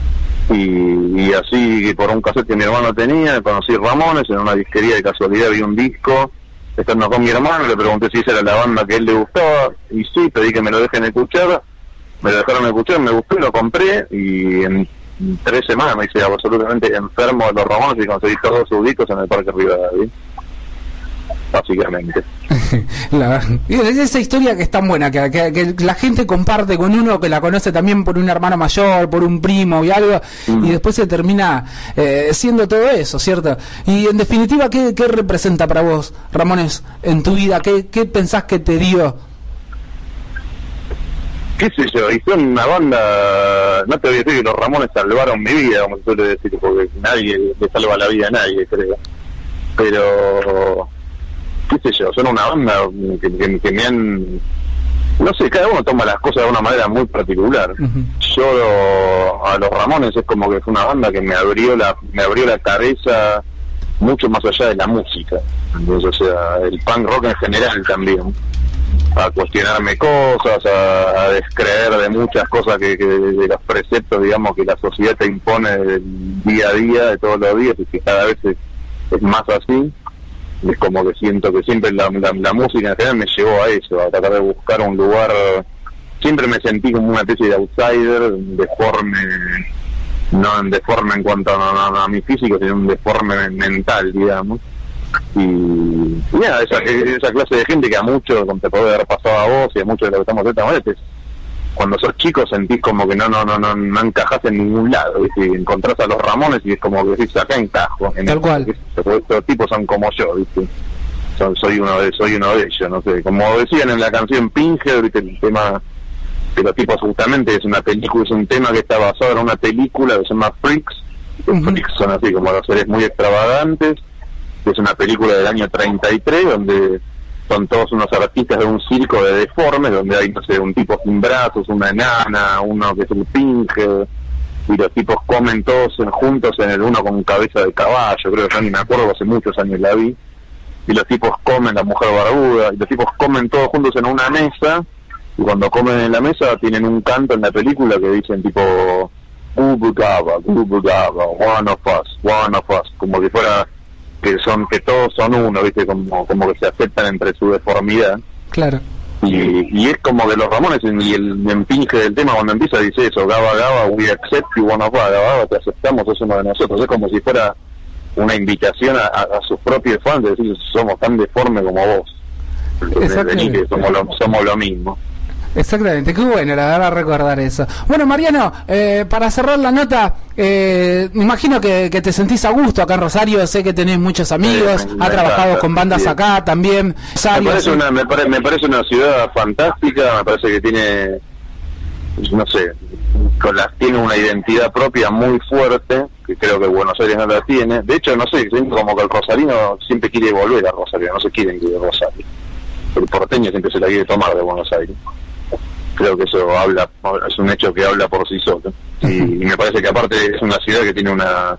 Y así, por un cassette que mi hermano tenía, conocí Ramones, en una disquería de casualidad vi un disco, estando con mi hermano, le pregunté si esa era la banda que a él le gustaba, y sí, pedí que me lo dejen escuchar, me lo dejaron escuchar, me gustó y lo compré, y en 3 semanas me hice absolutamente enfermo de los Ramones y conseguí todos sus discos en el Parque Rivadavia, básicamente. Esa historia que es tan buena, que la gente comparte con uno que la conoce también por un hermano mayor, por un primo y algo, y después se termina siendo todo eso, ¿cierto? Y en definitiva, ¿qué representa para vos, Ramones, en tu vida? ¿Qué pensás que te dio? Qué sé yo, y son una banda, no te voy a decir que los Ramones salvaron mi vida, como se suele decir, porque nadie le salva la vida a nadie, creo, pero qué sé yo, son una banda que me han, no sé, cada uno toma las cosas de una manera muy particular. Yo a los Ramones es como que fue una banda que me abrió la cabeza mucho más allá de la música, entonces, o sea, el punk rock en general también. a cuestionarme cosas, a descreer de muchas cosas de los preceptos, digamos, que la sociedad te impone del día a día, de todos los días, y que cada vez es más así. Es como que siento que siempre la música en general me llevó a eso, a tratar de buscar un lugar. Siempre me sentí como una especie de outsider, deforme, no deforme en cuanto a mi físico, sino un deforme mental, digamos. Y nada, esa clase de gente que a muchos te puede haber pasado a vos y a muchos de los que estamos de esta manera, cuando sos chico sentís como que no encajás en ningún lado, ¿viste? Y encontrás a los Ramones y es como que decís, acá encajo. Tal cual. Estos tipos son como yo, ¿viste? Soy uno de ellos, no sé. Como decían en la canción Pinhead, ¿viste? El tema de los tipos justamente es una película, es un tema que está basado en una película que se llama Freaks. Freaks son así como los seres muy extravagantes. Es una película del año 33 donde son todos unos artistas de un circo de deformes, donde hay, no sé, un tipo sin brazos, una enana, uno que es el Pinhead, y los tipos comen todos juntos en el uno con cabeza de caballo, creo que yo ni me acuerdo, hace muchos años la vi, y los tipos comen, la mujer barbuda, y los tipos comen todos juntos en una mesa, y cuando comen en la mesa tienen un canto en la película que dicen tipo Gubu Gaba, one of us, como que fuera que todos son uno, ¿viste? Como que se aceptan entre su deformidad. Claro. Y es como que los Ramones y el empinge del tema cuando empieza dice eso, Gaba, we accept you, one of us, Gaba, te aceptamos, es uno de nosotros. Es como si fuera una invitación a sus propios fans de decir, somos tan deformes como vos. Vení que somos lo mismo. Exactamente, qué bueno la verdad recordar eso. Bueno, Mariano, para cerrar la nota, me imagino que te sentís a gusto acá en Rosario, sé que tenés muchos amigos, has trabajado con bandas acá también. Rosario, me parece una ciudad fantástica, me parece que tiene, no sé, tiene una identidad propia muy fuerte, que creo que Buenos Aires no la tiene. De hecho, no sé, siento como que el rosarino siempre quiere volver a Rosario, no se quieren ir de Rosario. El porteño siempre se la quiere tomar de Buenos Aires. Creo que eso es un hecho que habla por sí solo, y me parece que aparte es una ciudad que tiene una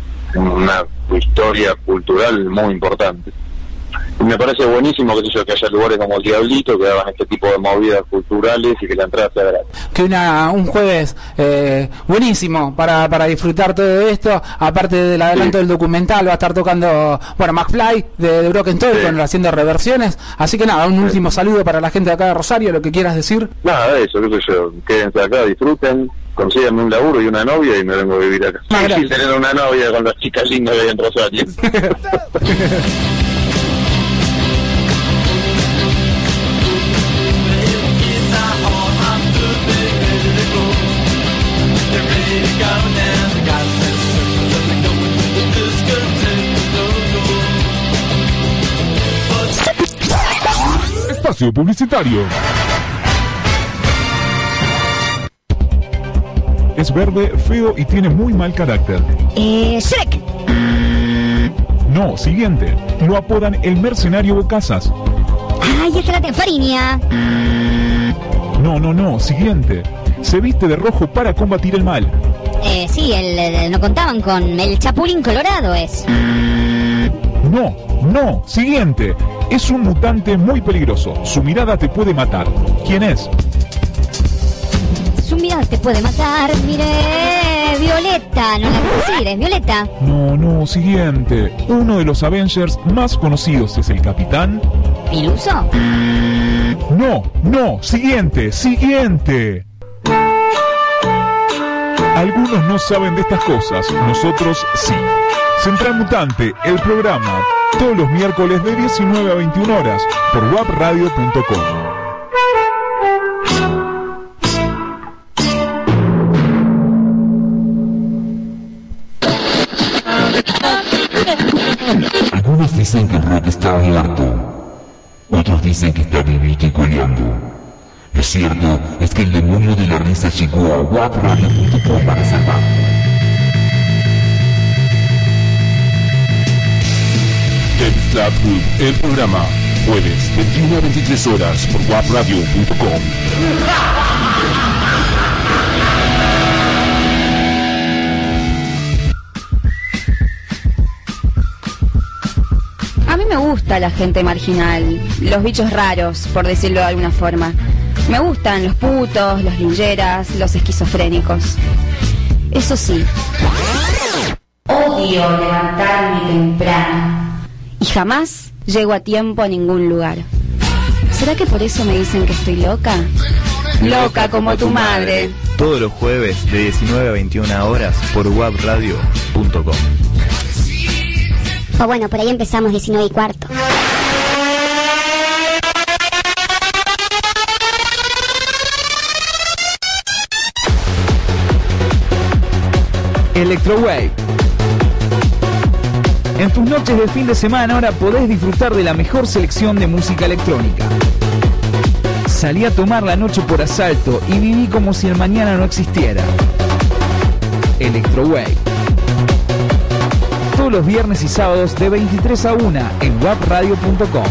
historia cultural muy importante. Y me parece buenísimo que haya lugares como el Diablito que hagan este tipo de movidas culturales y que la entrada sea gratis. Que un jueves buenísimo para disfrutar todo esto, aparte del adelanto del documental, va a estar tocando, bueno, McFly de Broken Toy haciendo reversiones, así que nada, un último saludo para la gente de acá de Rosario, lo que quieras decir. Nada, eso, qué sé yo, quédense acá, disfruten, consíganme un laburo y una novia y me vengo a vivir acá. Sin tener una novia con las chicas lindas de ahí en Rosario. Espacio publicitario. Es verde, feo y tiene muy mal carácter. Shrek. No, siguiente. Lo apodan el mercenario Bocazas. Ay, es la Tefarinia. No, siguiente. Se viste de rojo para combatir el mal. Sí, no contaban con el Chapulín Colorado, es. No, siguiente. Es un mutante muy peligroso. Su mirada te puede matar. ¿Quién es? Su mirada te puede matar. Mire, Violeta. No la puedo decir, es Violeta. No, siguiente. Uno de los Avengers más conocidos es el Capitán... ¿Piluso? No, siguiente. Algunos no saben de estas cosas, nosotros sí. Central Mutante, el programa, todos los miércoles de 19 a 21 horas por wapradio.com. Algunos dicen que el rock está muerto, otros dicen que está vivito y coleando. Lo cierto es que el demonio de la risa llegó a wapradio.com para salvarlo. El Flat Group, el programa, jueves 21 a 23 horas por wapradio.com. A mí me gusta gusta la gente marginal, los bichos raros, por decirlo de alguna forma. Me gustan los putos, los lincheras, los esquizofrénicos. Eso sí, odio levantarme temprano y jamás llego a tiempo a ningún lugar. ¿Será que por eso me dicen que estoy loca? Loca como tu madre. Todos los jueves de 19 a 21 horas por wabradio.com. O bueno, por ahí empezamos 19:15. Electrowave. En tus noches de fin de semana ahora podés disfrutar de la mejor selección de música electrónica. Salí a tomar la noche por asalto y viví como si el mañana no existiera. Electrowave. Todos los viernes y sábados de 23 a 1 en wabradio.com.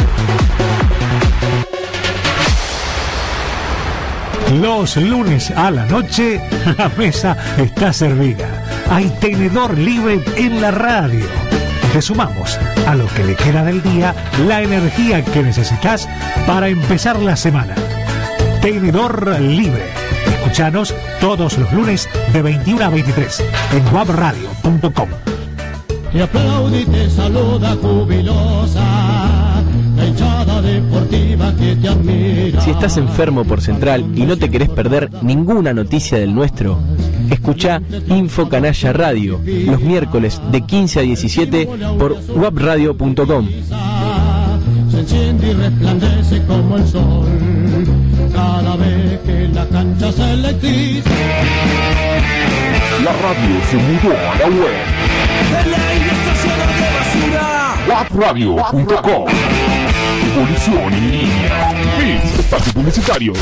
Los lunes a la noche, la mesa está servida. Hay tenedor libre en la radio. Te sumamos a lo que le queda del día la energía que necesitas para empezar la semana. Tenedor libre. Escuchanos todos los lunes de 21 a 23 en wabradio.com. Te aplaude y te saluda jubilosa, la hinchada deportiva que te admira. Si estás enfermo por Central y no te querés perder ninguna noticia del nuestro, escucha Info Canalla Radio los miércoles de 15 a 17 por wabradio.com. Se enciende y resplandece como el sol cada vez que la cancha se electriza. La radio se mudó a la web. El aire está lleno de basura. wabradio.com. Publicidad en línea. Bits, espacio publicitario.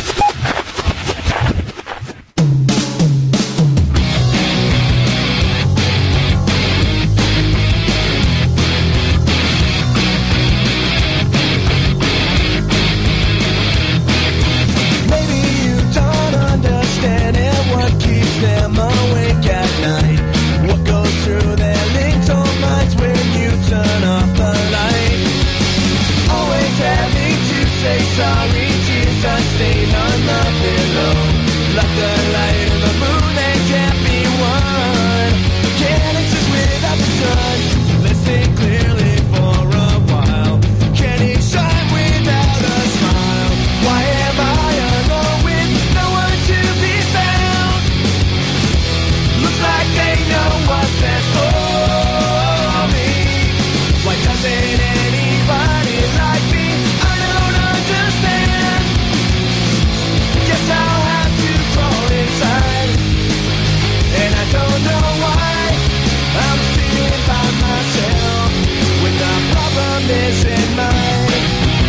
Sorry, tears are stained on the pillow. Like the light of the moon, they can't be won. Can't exist without the sun. Let's think clearly for a while. Can he shine without a smile? Why am I alone with no one to be found? Looks like they know what's best for me. Why doesn't anybody like me? I don't understand. Guess I'll have to crawl inside. And I don't know why I'm sitting by myself when the problem isn't mine.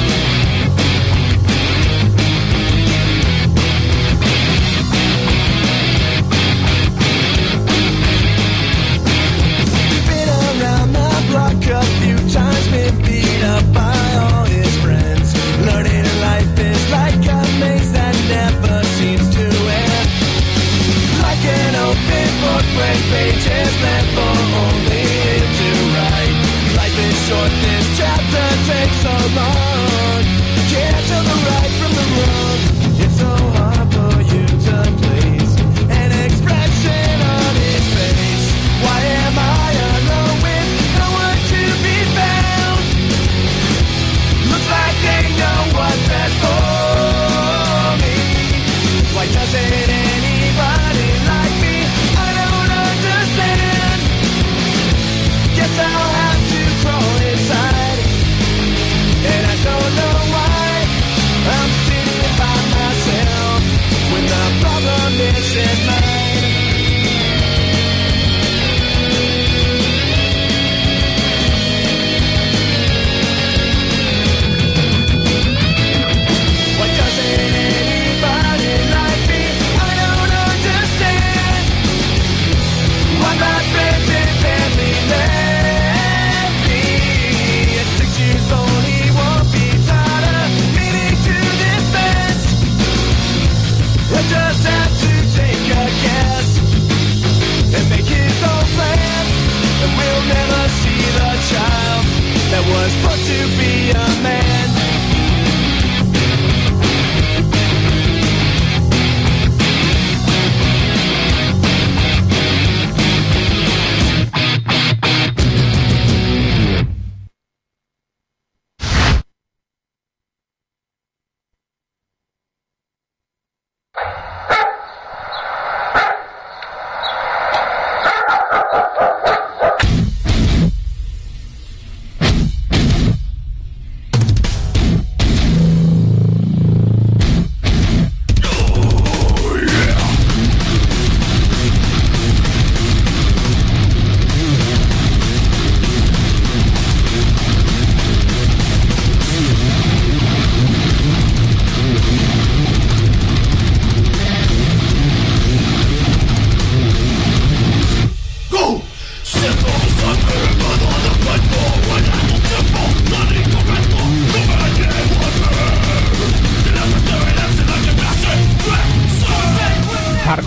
Been around the block a few times, been beat up by all his friends. Learning life is like a maze that never seems to end. Like an open book, break pages left for only him to write. Life is short, this chapter takes so long. Can't tell the right from the wrong. It's so hard for you to place an expression on his face. Why am I alone with no one to be found? Looks like they know what's best for me. Why doesn't anybody like me? I don't understand. Guess I'll have to crawl inside.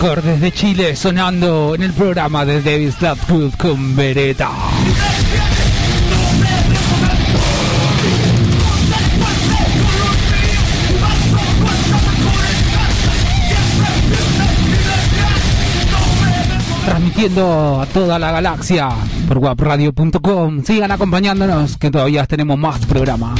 mejor desde Chile, sonando en el programa de David Slapwood con Beretta. Transmitiendo a toda la galaxia por wabradio.com. Sigan acompañándonos que todavía tenemos más programas.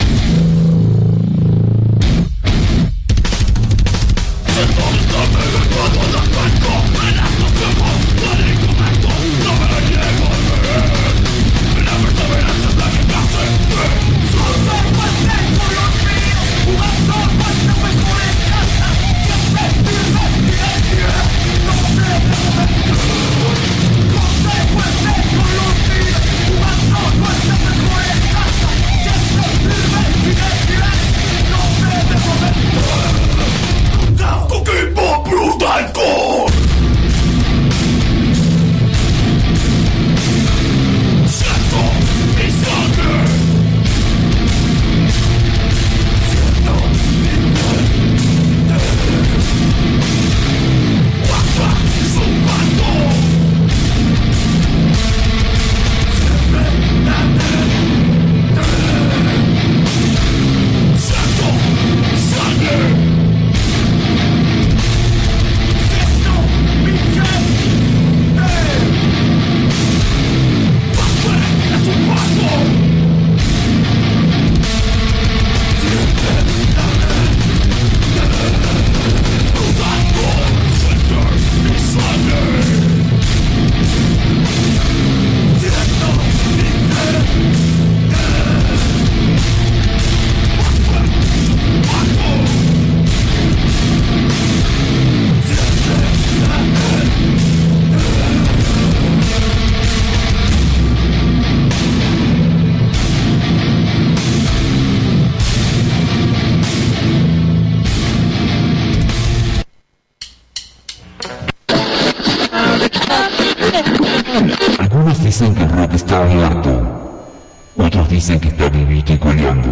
Algunos dicen que el rock está muerto, otros dicen que está vivito y coleando.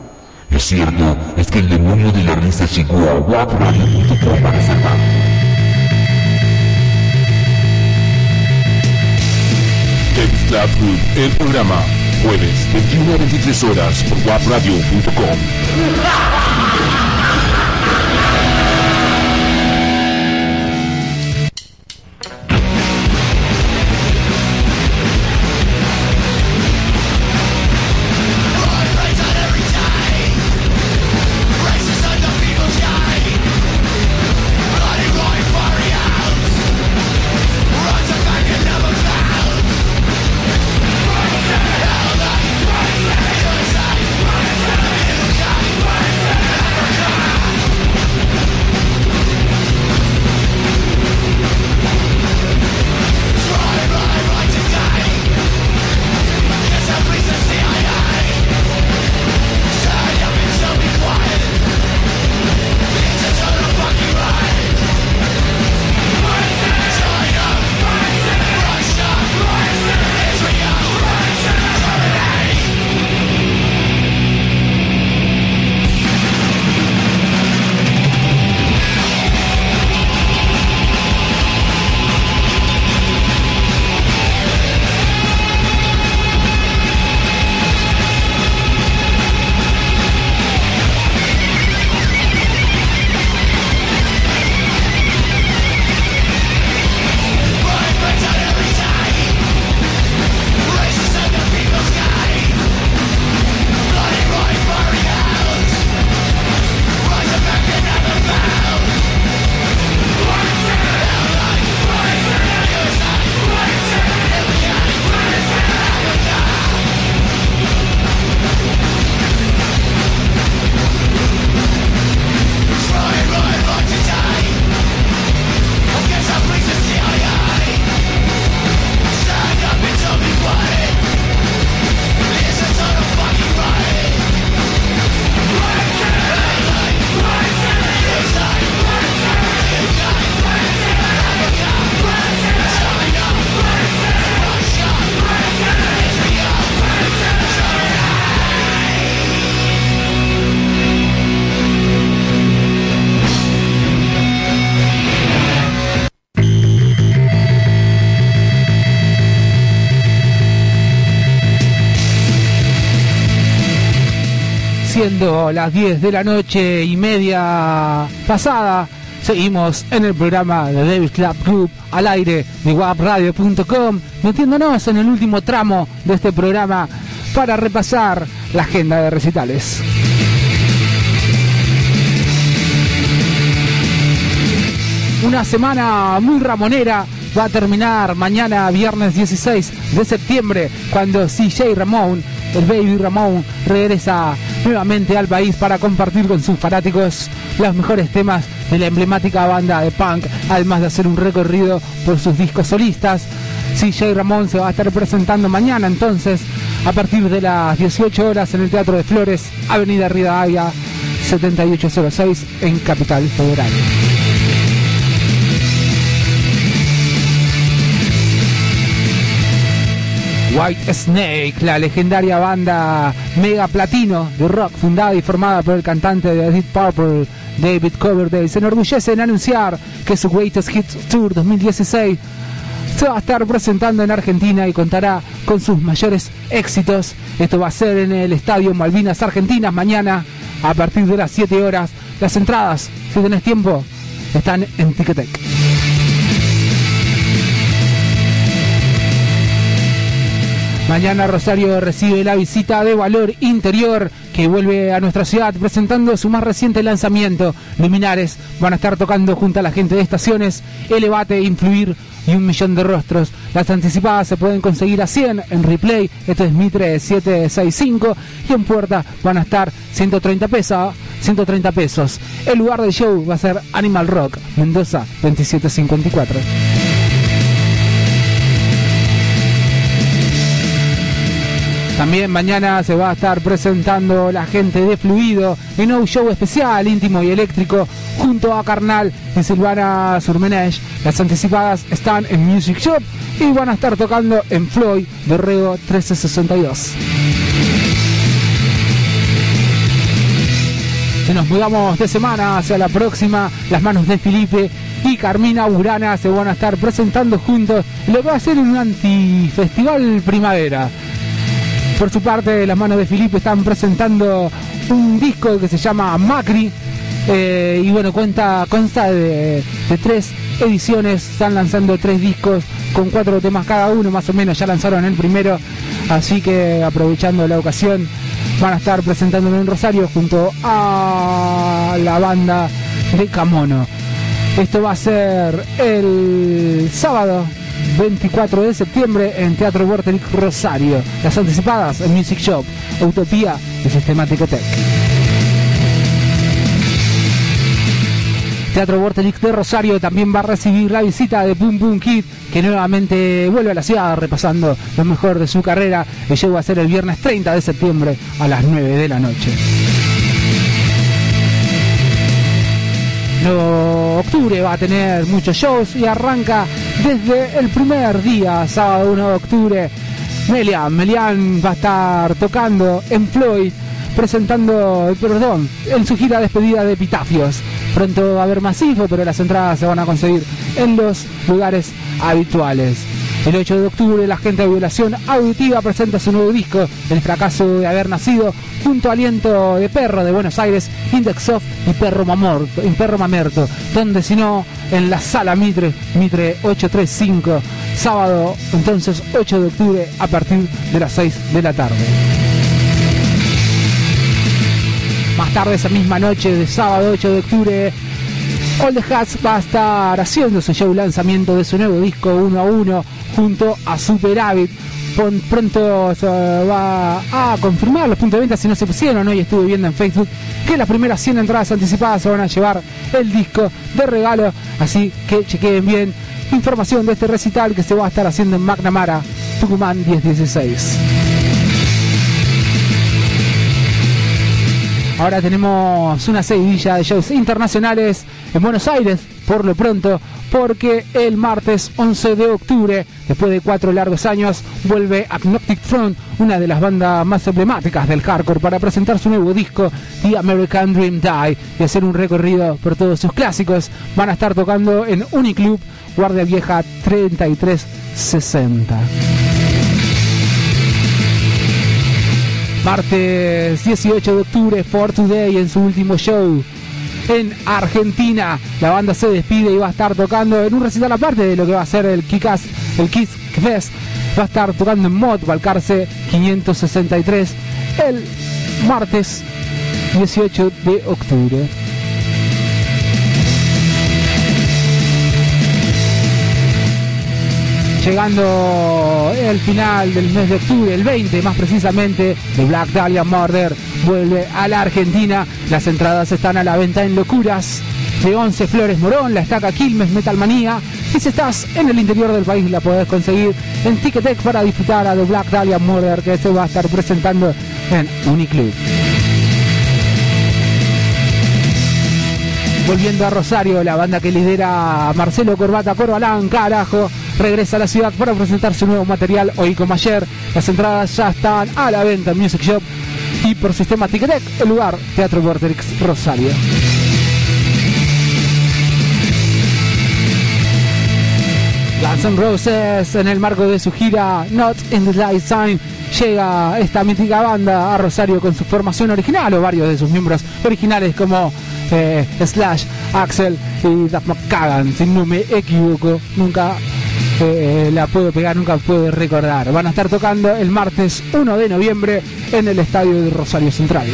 Lo cierto es que el demonio de la risa llegó a wabradio.com para salvar. David Slapwood, el programa, jueves 21 a 23 horas por wabradio.com. Never Siendo las 10 de la noche y media pasada, seguimos en el programa de David Club Group al aire de wabradio.com, metiéndonos en el último tramo de este programa para repasar la agenda de recitales. Una semana muy ramonera va a terminar mañana, viernes 16 de septiembre, cuando CJ Ramón, el Baby Ramón, regresa nuevamente al país para compartir con sus fanáticos los mejores temas de la emblemática banda de punk, además de hacer un recorrido por sus discos solistas. CJ Ramón se va a estar presentando mañana, entonces, a partir de las 18 horas en el Teatro de Flores, Avenida Rivadavia 7806, en Capital Federal. White Snake, la legendaria banda mega platino de rock fundada y formada por el cantante de Deep Purple, David Coverdale, se enorgullece en anunciar que su Greatest Hits Tour 2016 se va a estar presentando en Argentina y contará con sus mayores éxitos. Esto va a ser en el Estadio Malvinas Argentinas mañana a partir de las 7 horas. Las entradas, si tenés tiempo, están en Ticketek. Mañana Rosario recibe la visita de Valor Interior, que vuelve a nuestra ciudad presentando su más reciente lanzamiento. Luminares van a estar tocando junto a la gente de Estaciones, Elevate, Influir y 1.000.000 de rostros. Las anticipadas se pueden conseguir a 100 en Replay, esto es Mitre 765, y en Puerta van a estar 130 pesos. El lugar del show va a ser Animal Rock, Mendoza 2754. También mañana se va a estar presentando la gente de Fluido en un show especial, íntimo y eléctrico, junto a Carnal y Silvana Surmenech. Las anticipadas están en Music Shop y van a estar tocando en Floyd de Rego 1362. Si nos mudamos de semana hacia la próxima, Las Manos de Felipe y Carmina Burana se van a estar presentando juntos lo que va a ser un antifestival primavera. Por su parte, Las Manos de Felipe están presentando un disco que se llama Macri, y bueno, consta de 3 ediciones. Están lanzando 3 discos con 4 temas cada uno, más o menos. Ya lanzaron el primero, así que aprovechando la ocasión van a estar presentándolo en Rosario junto a la banda de Camono. Esto va a ser el sábado 24 de septiembre en Teatro Vorterix Rosario. Las anticipadas en Music Shop, Utopía y Sistema Ticketek. Teatro Vorterix de Rosario también va a recibir la visita de Boom Boom Kid, que nuevamente vuelve a la ciudad repasando lo mejor de su carrera. El show va a ser el viernes 30 de septiembre a las 9 de la noche. Octubre va a tener muchos shows y arranca desde el primer día, sábado 1 de octubre. Melian va a estar tocando en Floyd, en su gira despedida de Epitafios. Pronto va a haber más info, pero las entradas se van a conseguir en los lugares habituales. El 8 de octubre, la gente de Violación Auditiva presenta su nuevo disco, El fracaso de haber nacido, junto a Aliento de Perro de Buenos Aires, Index Off y Perro Mamerto. Donde si no, en la Sala Mitre 835, sábado entonces 8 de octubre a partir de las 6 de la tarde. Más tarde esa misma noche de sábado 8 de octubre, All the Hats va a estar haciendo su show lanzamiento de su nuevo disco 1 a 1 junto a Superávit. Pronto se va a confirmar los puntos de venta si no se pusieron. Hoy estuve viendo en Facebook que las primeras 100 entradas anticipadas se van a llevar el disco de regalo, así que chequeen bien. Información de este recital que se va a estar haciendo en McNamara, Tucumán 1016. Ahora tenemos una seguidilla de shows internacionales en Buenos Aires, por lo pronto, porque el martes 11 de octubre, después de 4 largos años, vuelve Agnostic Front, una de las bandas más emblemáticas del hardcore, para presentar su nuevo disco, The American Dream Die, y hacer un recorrido por todos sus clásicos. Van a estar tocando en Uniclub, Guardia Vieja 3360. Martes 18 de octubre, For Today en su último show en Argentina. La banda se despide y va a estar tocando en un recital aparte de lo que va a ser el Kiss Fest. Va a estar tocando en Mod Balcarce 563 el martes 18 de octubre. Llegando el final del mes de octubre, el 20 más precisamente, The Black Dahlia Murder vuelve a la Argentina. Las entradas están a la venta en Locuras de 11 Flores Morón, La Estaca Quilmes, Metal Manía. Y si estás en el interior del país la podés conseguir en Ticketek para disfrutar a The Black Dahlia Murder, que se va a estar presentando en Uniclub. Volviendo a Rosario, la banda que lidera Marcelo Corbata Corbalán, carajo, regresa a la ciudad para presentar su nuevo material hoy como ayer. Las entradas ya están a la venta en Music Shop y por sistema Ticketek, el lugar Teatro Vorterix Rosario. Guns N' Roses, en el marco de su gira Not in the Lifetime, llega esta mítica banda a Rosario con su formación original o varios de sus miembros originales como Slash, Axel y Duff McKagan, si no me equivoco. Nunca la puedo pegar, nunca puedo recordar. Van a estar tocando el martes 1 de noviembre en el estadio de Rosario Central.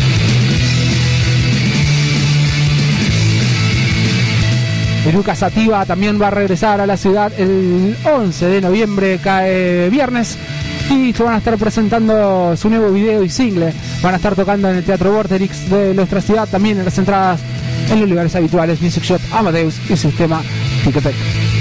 Eruca Sativa también va a regresar a la ciudad el 11 de noviembre, cae viernes, y se van a estar presentando su nuevo video y single. Van a estar tocando en el Teatro Vorterix de nuestra ciudad, también en las entradas en los lugares habituales Music Shop, Amadeus y Sistema Ticketek.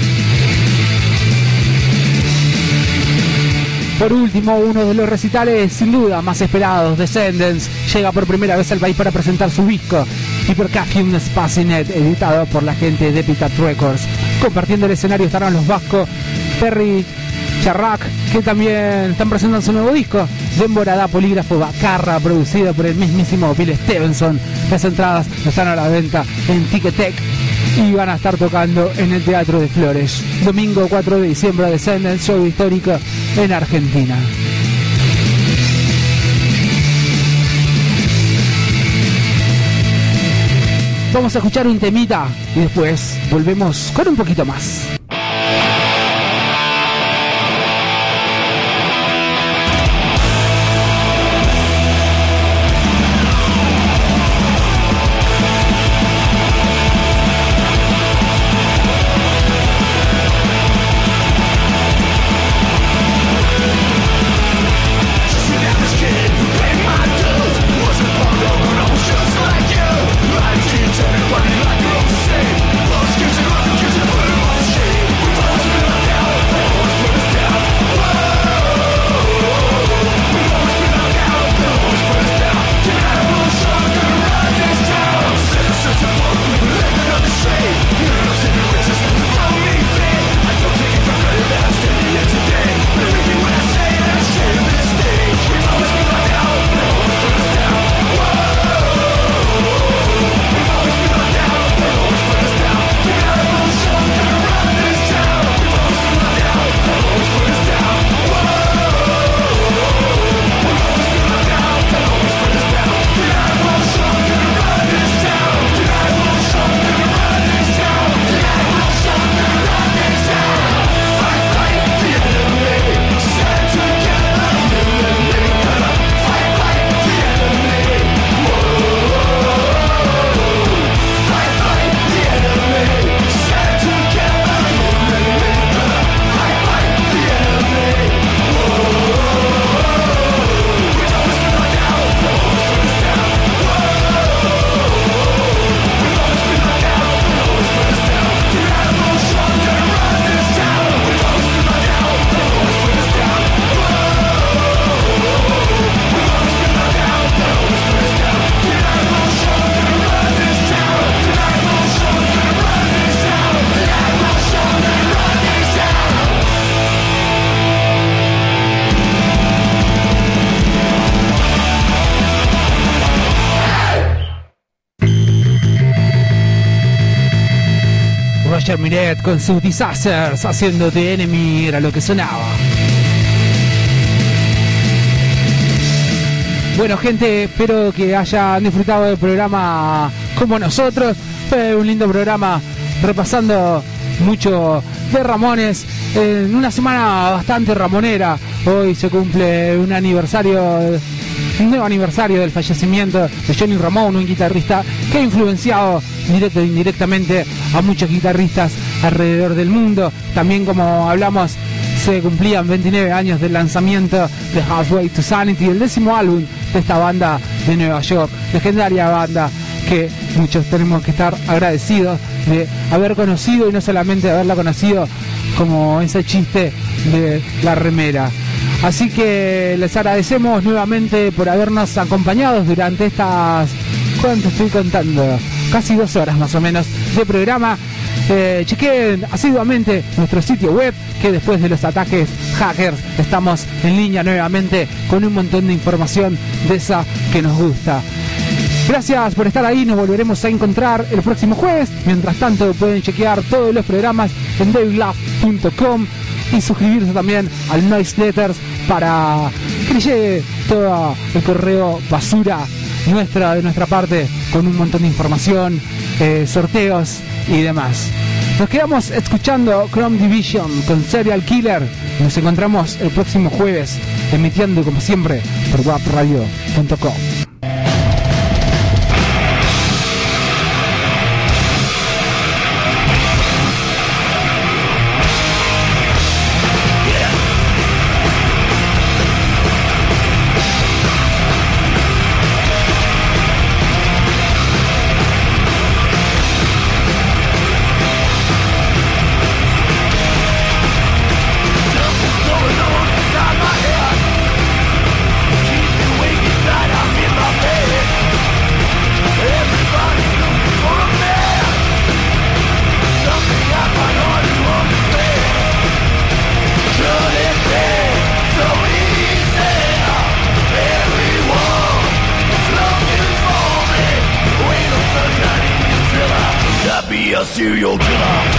Por último, uno de los recitales sin duda más esperados, Descendants, llega por primera vez al país para presentar su disco Hypercaffeine Spacinet, editado por la gente de Epitaph Records. Compartiendo el escenario estarán los vascos Perry Charrac, que también están presentando su nuevo disco, Demorada Polígrafo Bacarra, producido por el mismísimo Bill Stevenson. Las entradas están a la venta en Ticketek y van a estar tocando en el Teatro de Flores. Domingo 4 de diciembre, Descendants, show histórico en Argentina. Vamos a escuchar un temita y después volvemos con un poquito más. Roger Miret con sus Disasters haciendo The Enemy, era lo que sonaba. Bueno, gente, espero que hayan disfrutado del programa como nosotros. Fue un lindo programa repasando mucho de Ramones en una semana bastante ramonera. Hoy se cumple un nuevo aniversario del fallecimiento de Johnny Ramone, un guitarrista que ha influenciado directo e indirectamente a muchos guitarristas alrededor del mundo. También, como hablamos, se cumplían 29 años del lanzamiento de Halfway to Sanity, el 10º álbum de esta banda de Nueva York, legendaria banda que muchos tenemos que estar agradecidos de haber conocido, y no solamente de haberla conocido como ese chiste de la remera. Así que les agradecemos nuevamente por habernos acompañado durante estas, ¿cuánto estoy contando? Casi 2 horas más o menos de programa. Chequen asiduamente nuestro sitio web, que después de los ataques hackers estamos en línea nuevamente con un montón de información de esa que nos gusta. Gracias por estar ahí, nos volveremos a encontrar el próximo jueves. Mientras tanto pueden chequear todos los programas en davilove.com y suscribirse también al Noiseletters para que les llegue todo el correo basura de nuestra parte, con un montón de información, sorteos y demás. Nos quedamos escuchando Chrome Division con Serial Killer. Nos encontramos el próximo jueves, emitiendo como siempre por wabradio.com. Serial killer.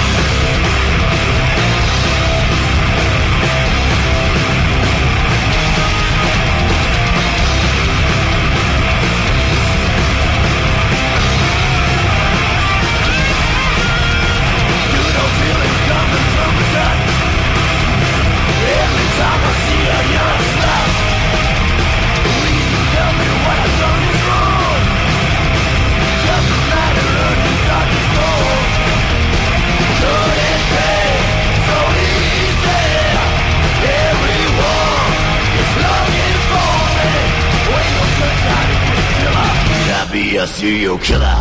Be a serial killer.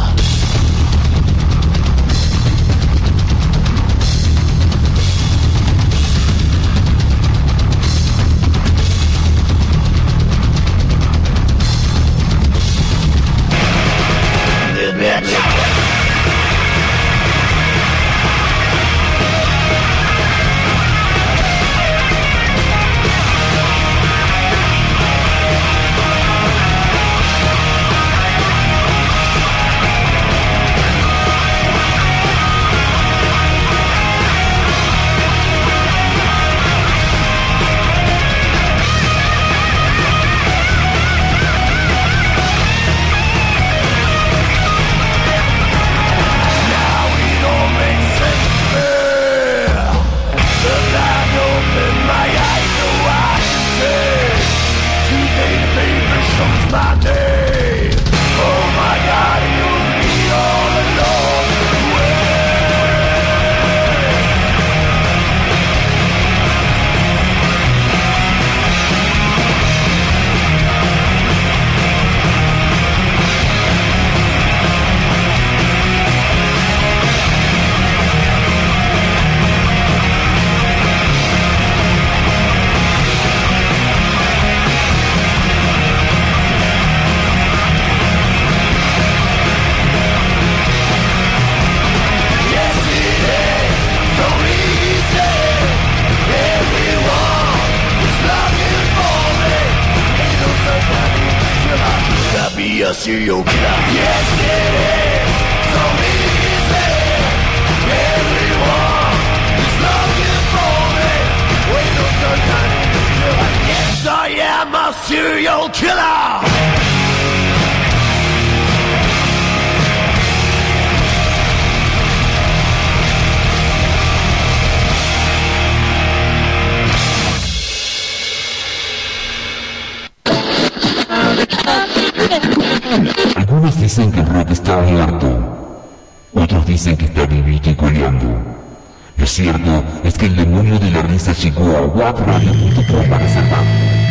Serial killer. Yes, it is so easy. Everyone is looking for me. Wait no certain killer. Yes, I am a serial killer. dicen que el rock está muerto. Otros dicen que está vivito y coleando. Lo cierto es que el demonio de la risa llegó a wapradio.com para salvarlo.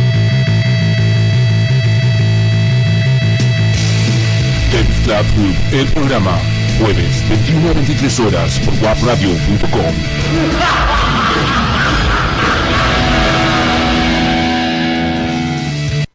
David Club Group, el programa, jueves 21 a 23 horas por wapradio.com.